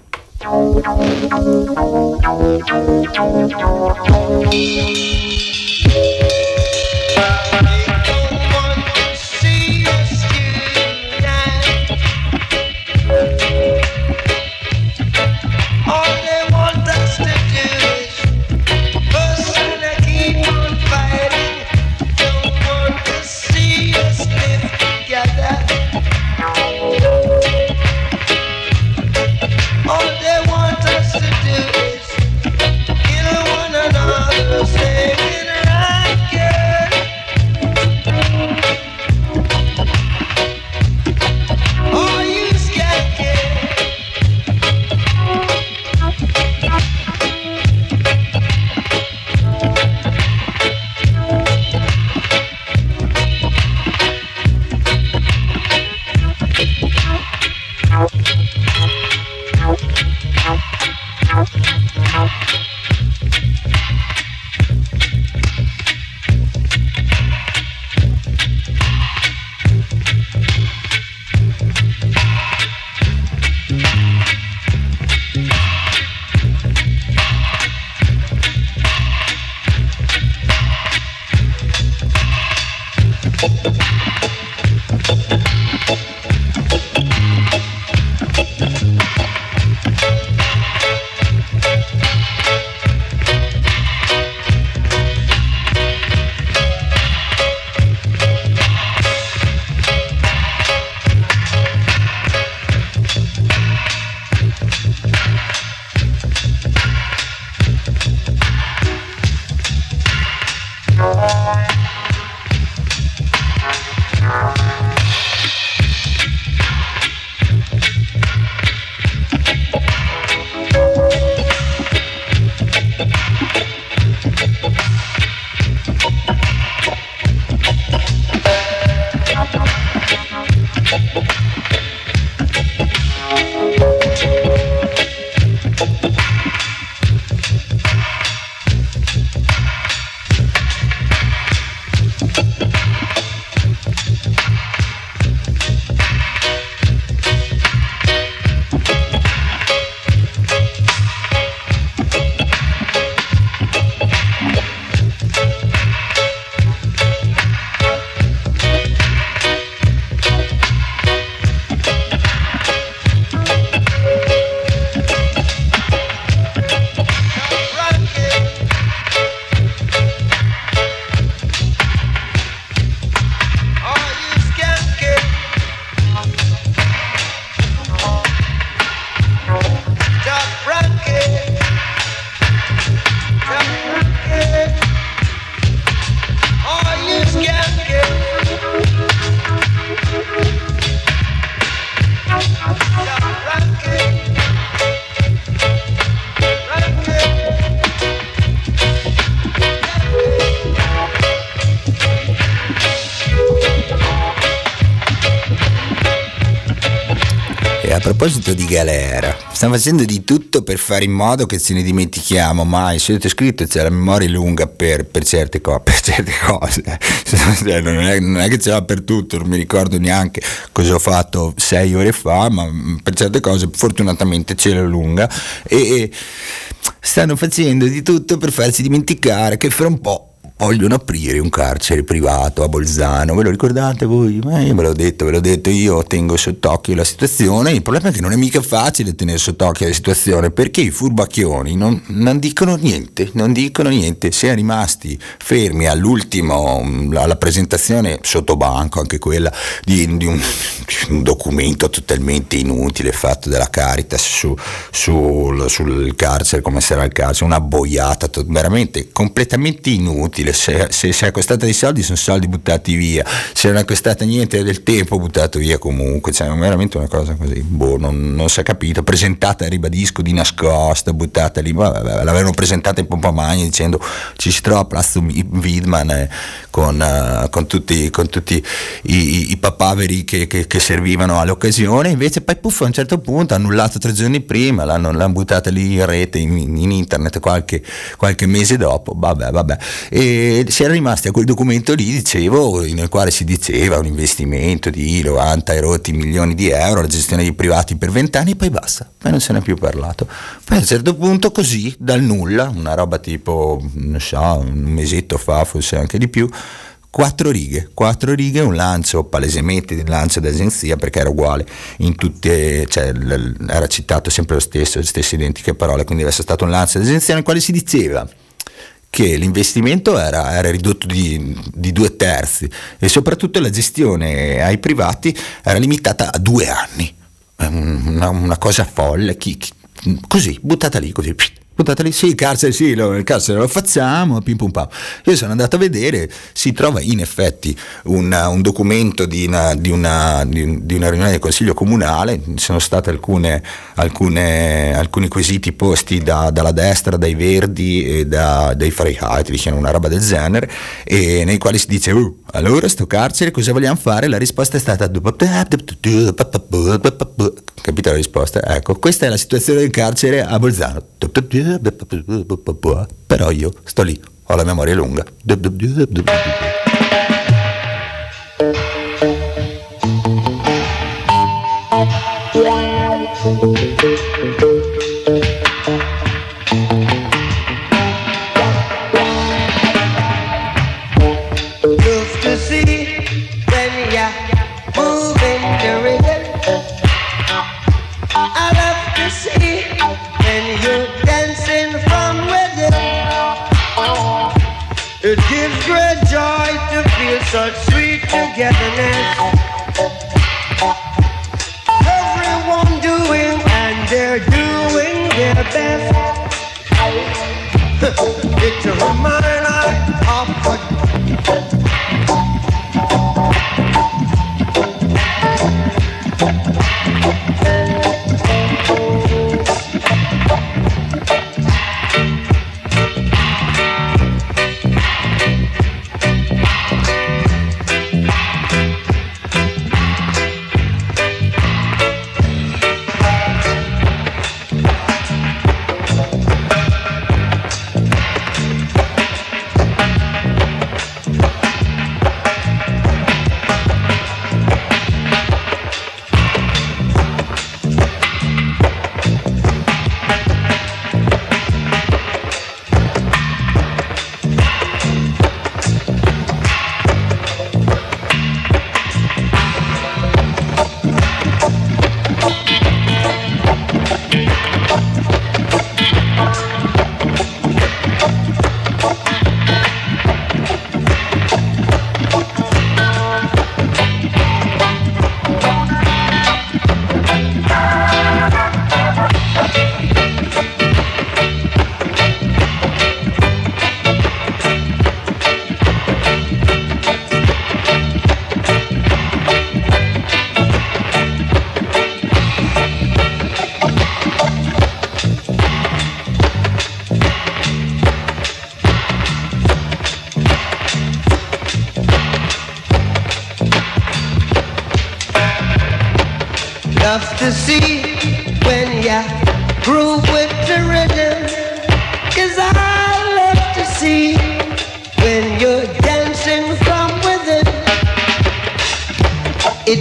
proposito di galera, stiamo facendo di tutto per fare in modo che se ne dimentichiamo mai. Solito scritto c'è la memoria lunga per certe cose. Non è che ce l'ha per tutto, non mi ricordo neanche cosa ho fatto 6 ore fa, ma per certe cose fortunatamente ce l'ho lunga, e stanno facendo di tutto per farci dimenticare che fra un po' vogliono aprire un carcere privato a Bolzano. Ve lo ricordate voi? Io ve l'ho detto, io tengo sott'occhio la situazione. Il problema è che non è mica facile tenere sott'occhio la situazione, perché i furbacchioni non dicono niente, si è rimasti fermi all'ultimo, alla presentazione sotto banco, anche quella di un documento totalmente inutile fatto dalla Caritas sul carcere, come sarà il carcere, una boiata veramente completamente inutile. Se è costata dei soldi, sono soldi buttati via. Se non è costata niente, del tempo buttato via comunque. Cioè, veramente una cosa così, non si è capito. Presentata, ribadisco, di nascosto, buttata lì. L'avevano presentata in pompa magna dicendo ci si trova a Palazzo Widman, con tutti i papaveri che servivano all'occasione. Invece poi puff, a un certo punto annullato 3 giorni prima, l'hanno buttata lì in rete, in internet qualche mese dopo. Vabbè. E si era rimasti a quel documento lì, dicevo, nel quale si diceva un investimento di 90 e rotti milioni di euro, la gestione di privati per 20 anni, e poi basta, poi non se ne è più parlato. Poi a un certo punto, così dal nulla, una roba tipo, non so, un mesetto fa, forse anche di più, 4 righe, un lancio palesemente del lancio d'agenzia, perché era uguale in tutte, cioè era citato sempre le stesse identiche parole, quindi deve essere stato un lancio d'agenzia nel quale si diceva che l'investimento era ridotto di 2/3 e soprattutto la gestione ai privati era limitata a 2 anni. Una cosa folle, così, buttata lì, sì, il carcere lo facciamo, pim pum pam. Io sono andato a vedere, si trova in effetti un documento di una riunione del Consiglio Comunale. Sono state alcuni quesiti posti dalla destra, dai Verdi e dai Freiheit, diciamo una roba del genere, e nei quali si dice allora sto carcere cosa vogliamo fare? La risposta è stata capito la risposta? Ecco, questa è la situazione del carcere a Bolzano. Però io sto lì, ho la memoria lunga. It gives great joy to feel such sweet togetherness. Everyone doing and they're doing their best. It's a reminder of what to see when you groove with the rhythm. 'Cause I love to see when you're dancing from within. It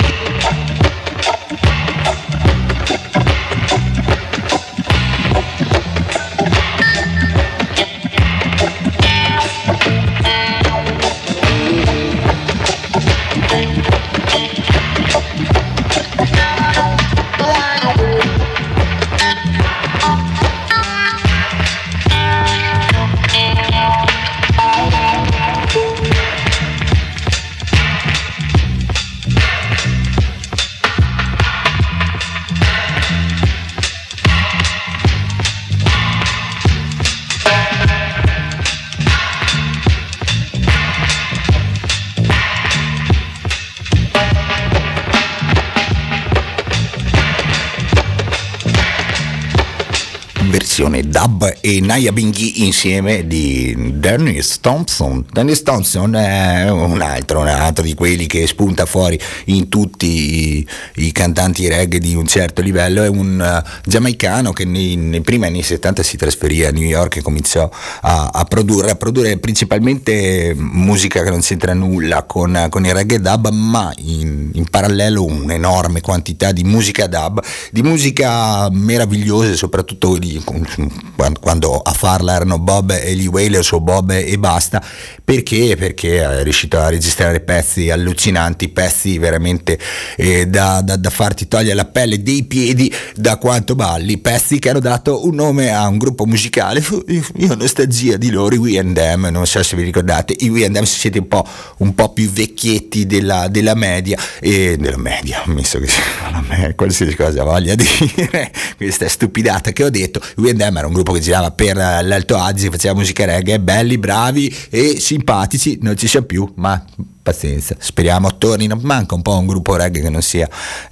Dub e Naya Binghi insieme di Dennis Thompson. Dennis Thompson è un altro di quelli che spunta fuori in tutti i cantanti reggae di un certo livello. È un giamaicano che nei primi anni 70 si trasferì a New York e cominciò a produrre principalmente musica che non c'entra nulla con il reggae dub, ma in parallelo un'enorme quantità di musica dub, di musica meravigliosa, soprattutto quando a farla erano Bob e gli Wailers o Bob e basta, perché è riuscito a registrare pezzi allucinanti, pezzi veramente da farti togliere la pelle dei piedi da quanto balli, pezzi che hanno dato un nome a un gruppo musicale. Io ho nostalgia di loro, i W&M, non so se vi ricordate, i W&M, se siete un po' più vecchietti della media, ammesso che qualsiasi cosa voglia dire questa stupidata che ho detto. I W&M era un gruppo che girava per l'Alto Adige, faceva musica reggae, belli, bravi e simpatici, non ci siamo più, ma pazienza, speriamo tornino. Manca un po' un gruppo reggae che non sia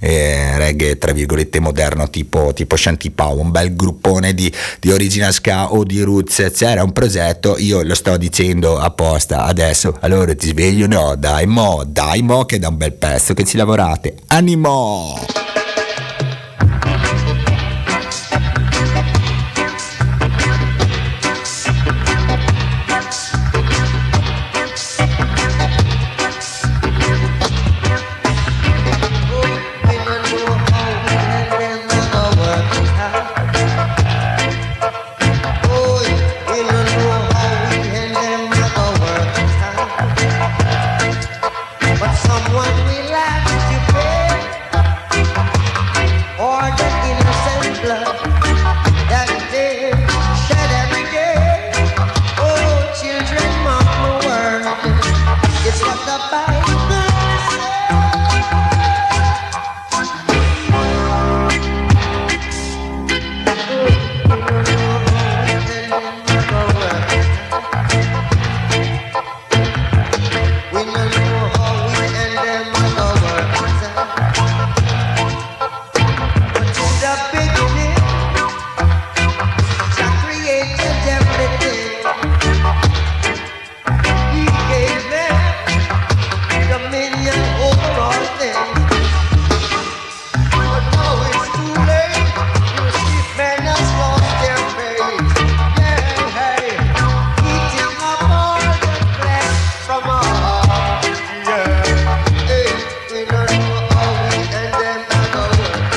reggae tra virgolette moderno, tipo Shanty Pow, un bel gruppone di original ska o di roots. C'era un progetto, io lo sto dicendo apposta adesso, allora ti sveglio, no, dai mo che da un bel pezzo che ci lavorate, animo!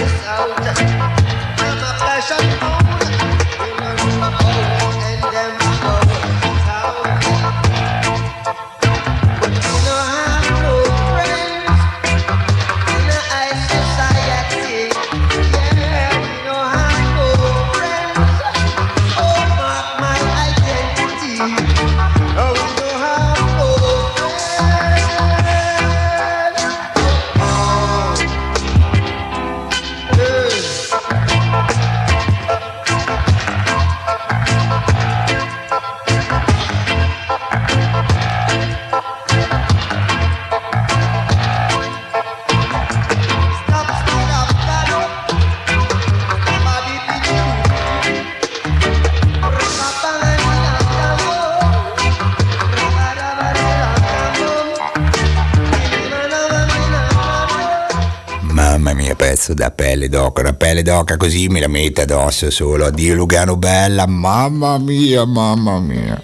them pezzo da pelle d'oca, una pelle d'oca così me la mette addosso solo a Dio Lugano bella, mamma mia, mamma mia.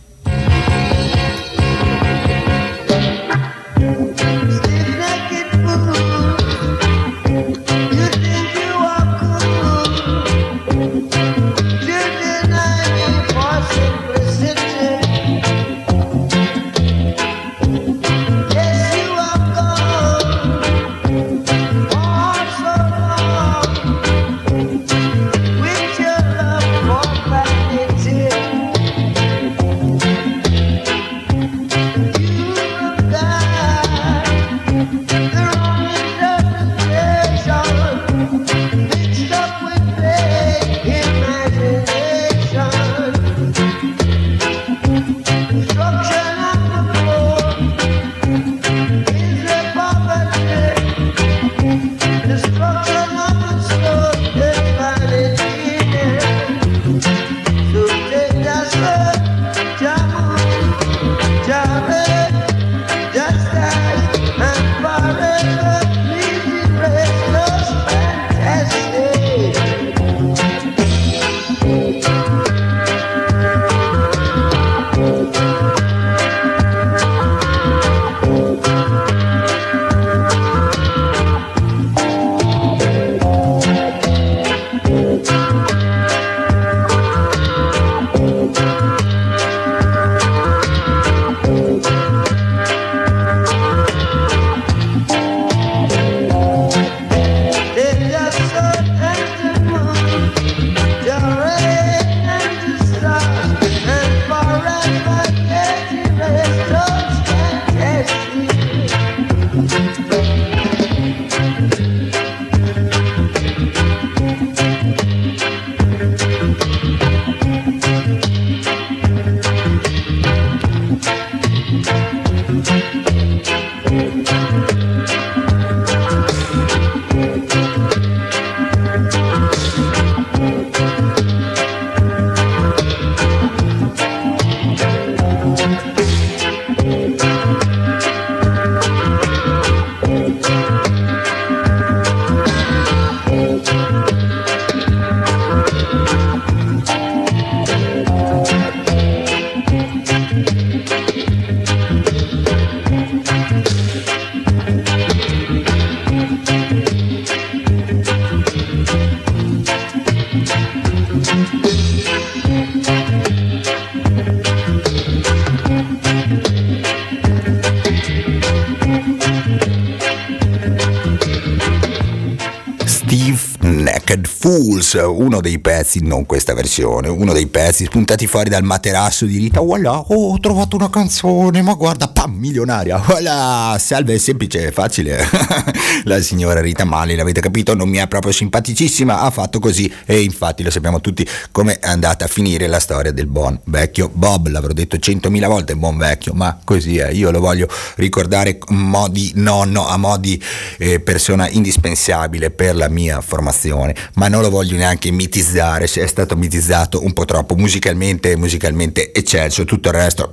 Fools, uno dei pezzi, non questa versione, uno dei pezzi spuntati fuori dal materasso di Rita. Voilà, ho trovato una canzone, ma guarda, pam, milionaria. Voilà, salve, semplice, facile. La signora Rita Marley, l'avete capito, non mi è proprio simpaticissima, ha fatto così e infatti lo sappiamo tutti come è andata a finire la storia del buon vecchio Bob. L'avrò detto 100.000 volte, buon vecchio, ma così è. Io lo voglio ricordare a mo' di nonno, a mo' di persona indispensabile per la mia formazione, ma non lo voglio neanche mitizzare, se è stato mitizzato un po' troppo musicalmente eccelso, tutto il resto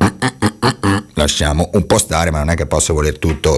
lasciamo un po' stare, ma non è che posso voler tutto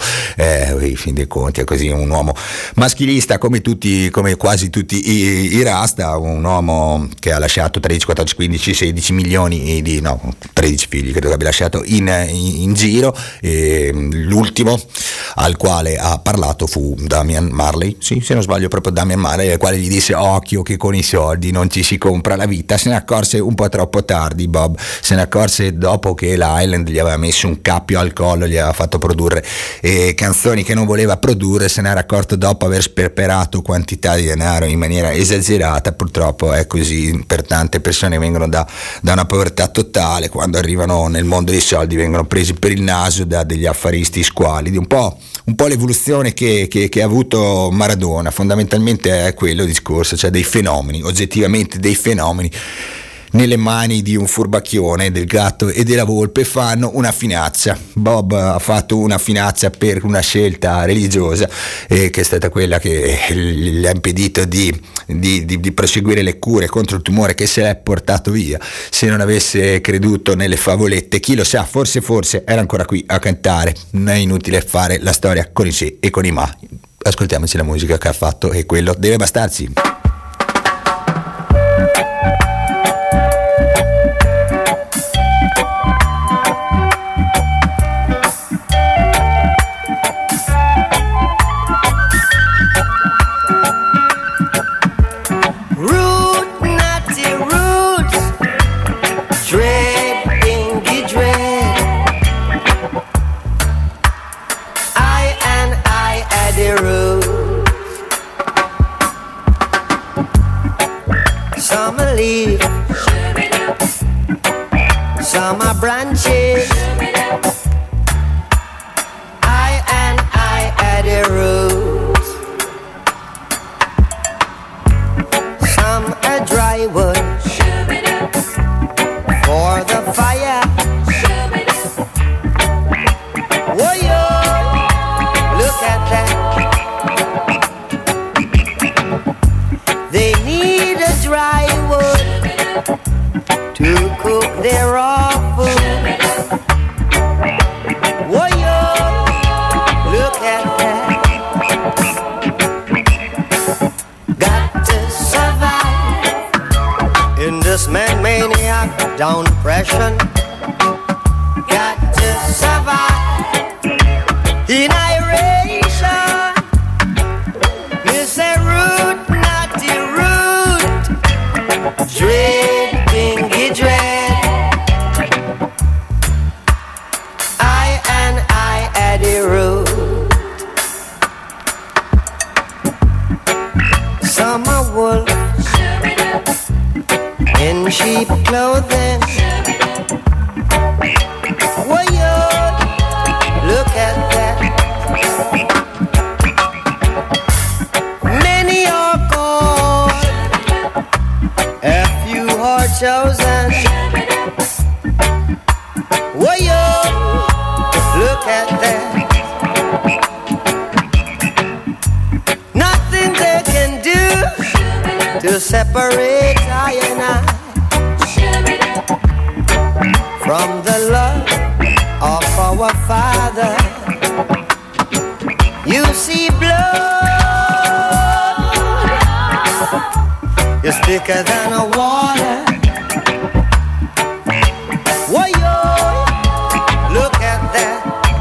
in fin dei conti è così, un uomo maschilista come quasi tutti i Rasta, un uomo che ha lasciato 13, 14, 15, 16 milioni 13 figli credo che abbia lasciato in giro, l'ultimo al quale ha parlato fu Damian Marley, sì, se non sbaglio proprio Damian Marley, al quale gli disse: occhio che con i soldi non ci si compra la vita. Se ne accorse un po' troppo tardi Bob, se ne accorse dopo che la Island gli aveva messo un cappio al collo, gli aveva fatto produrre canzoni che non voleva produrre, se ne era accorto dopo aver sperperato quantità di denaro in maniera esagerata. Purtroppo è così, per tante persone vengono da una povertà totale, quando arrivano nel mondo dei soldi vengono presi per il naso da degli affaristi squalidi, un po' l'evoluzione che ha avuto Maradona. Fondamentalmente è quello il discorso, cioè dei fenomeni, oggettivamente dei fenomeni nelle mani di un furbacchione, del gatto e della volpe, fanno una finazza. Bob ha fatto una finazza per una scelta religiosa che è stata quella che gli ha impedito di proseguire le cure contro il tumore che se l'è portato via. Se non avesse creduto nelle favolette, chi lo sa, forse era ancora qui a cantare. Non è inutile fare la storia con i se e con i ma. Ascoltiamoci la musica che ha fatto e quello deve bastarci. Some are branches, I are the roots. Some are dry wood for the fire. Whoa, yo, look at that. They need a dry wood to cook their raw food. Whoa, yo, look at that. Got to survive in this man-maniac down depression. Got to survive in iration. Miss a root, not the root. Dread, dingy dread. I at the root. Some are wolves in sheep clothing. Whoa, yo, look at that. Many are called, a few are chosen. Whoa, yo, look at that. Nothing they can do to separate I and I from the love of our Father. You see, blood is thicker than a water. Whoa, yo, look at that.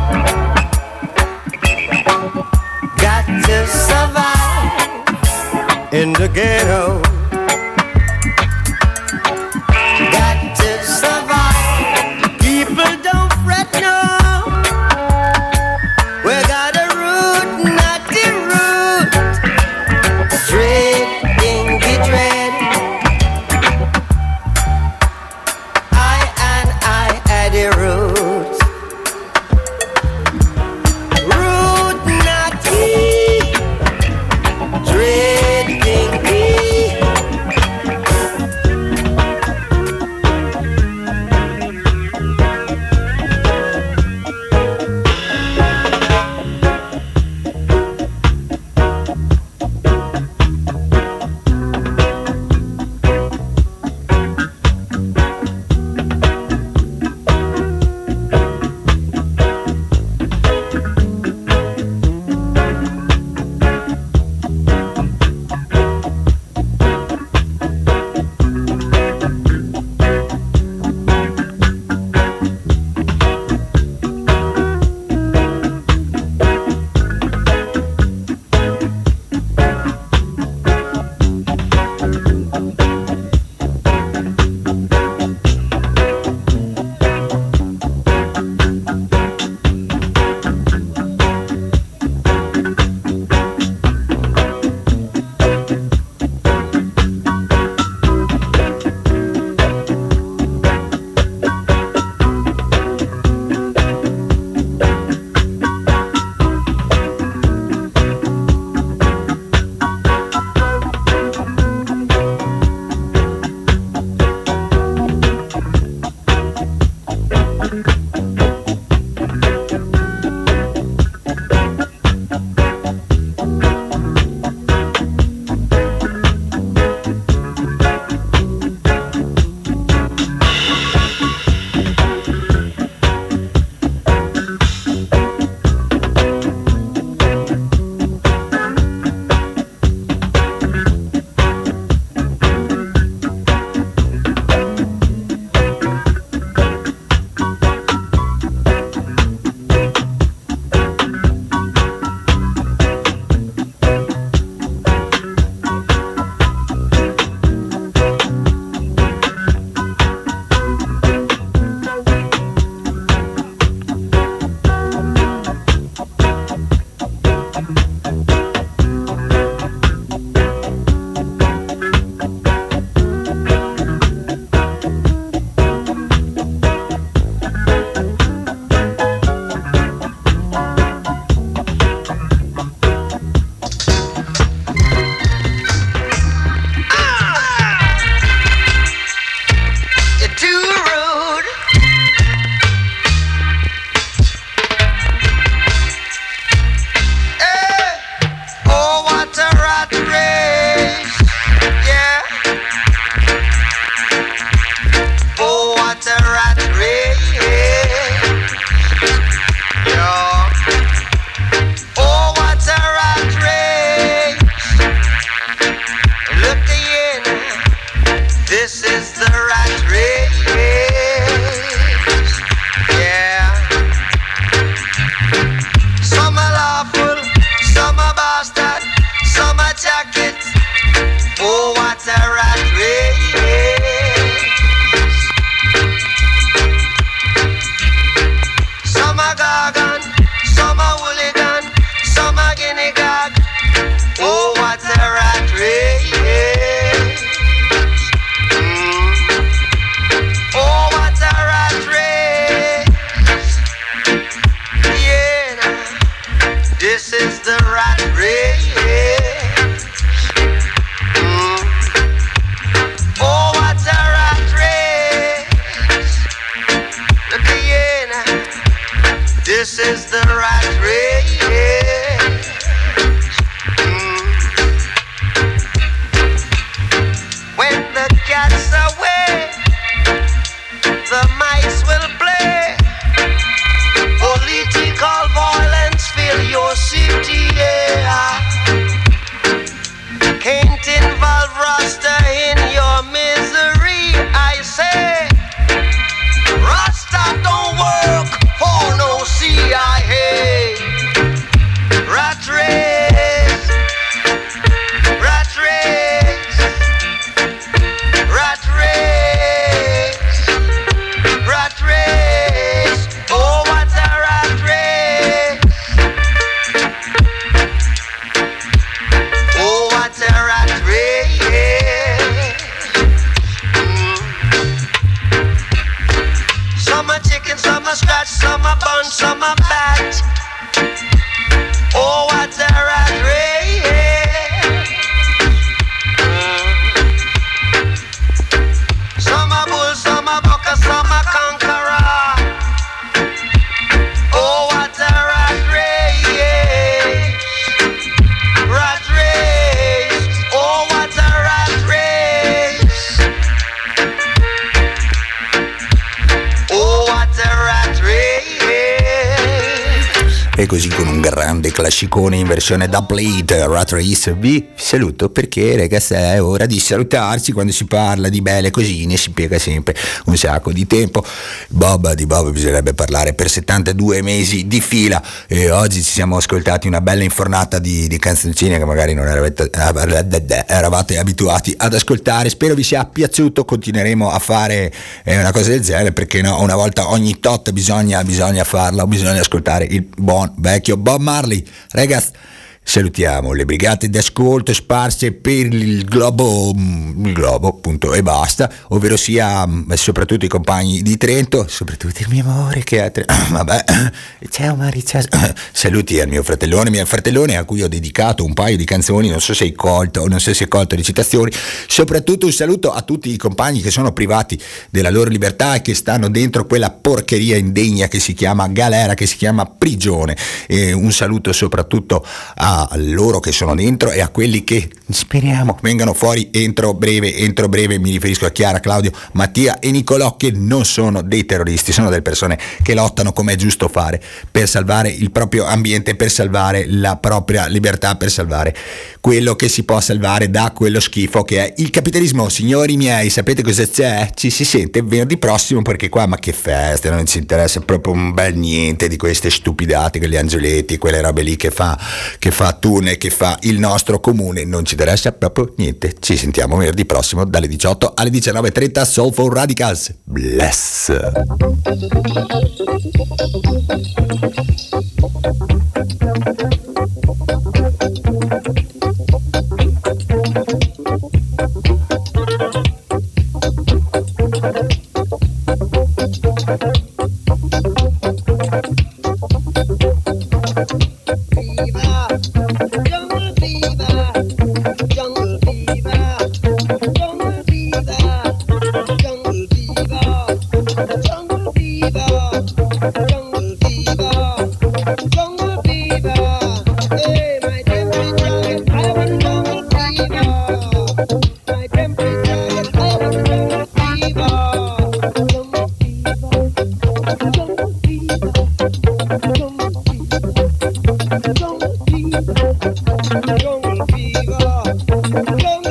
Got to survive in the ghetto. Got to survive. People don't fret no. We got a root, not the root. Dread, dingy dread. I at the roots. Root, not the dread, dingy. This is the rat race. When the cat's away, the mice will play. Political violence fill your city, yeah. Can't involve Rasta in your misery, I say. Rasta don't work for no CIA. Rat race, rat race, rat race, rat race. Oh, what a rat race. Oh, what a rat race. Some are chicken, some are scratch, some are bun, some are bat. Oh, what a rat race. Some are bull, some are bucker, some are conqueror. Oh, what a rat race. Rat race. Oh, what a rat race. Oh, what a rat race. E così con un grande classicone in versione da plate, Rat Race, vi saluto perché ragazzi è ora di salutarci. Quando si parla di belle cosine si piega sempre un sacco di tempo. Di Bob bisognerebbe parlare per 72 mesi di fila e oggi ci siamo ascoltati una bella infornata di canzoncine che magari non eravate abituati ad ascoltare. Spero vi sia piaciuto, continueremo a fare una cosa del genere, perché no, una volta ogni tot bisogna farla, bisogna ascoltare il buon vecchio Bob Marley. Ragazzi, salutiamo le brigate d'ascolto sparse per il globo appunto e basta, ovvero sia soprattutto i compagni di Trento, soprattutto il mio amore che è vabbè, ciao Mari, ciao. Saluti al mio fratellone a cui ho dedicato un paio di canzoni, non so se hai colto le citazioni. Soprattutto un saluto a tutti i compagni che sono privati della loro libertà e che stanno dentro quella porcheria indegna che si chiama galera, che si chiama prigione, e un saluto soprattutto a loro che sono dentro e a quelli che speriamo vengano fuori entro breve. Mi riferisco a Chiara, Claudio, Mattia e Nicolò, che non sono dei terroristi, sono delle persone che lottano come è giusto fare per salvare il proprio ambiente, per salvare la propria libertà, per salvare quello che si può salvare da quello schifo che è il capitalismo. Signori miei, sapete cosa c'è? Ci si sente venerdì prossimo, perché qua ma che festa, non ci interessa proprio un bel niente di queste stupidate, quegli angioletti, quelle robe lì che fa Tune, che fa il nostro comune, non ci interessa proprio niente. Ci sentiamo venerdì prossimo dalle 18 alle 19:30. Soulful Radicals, bless. Jungle fever.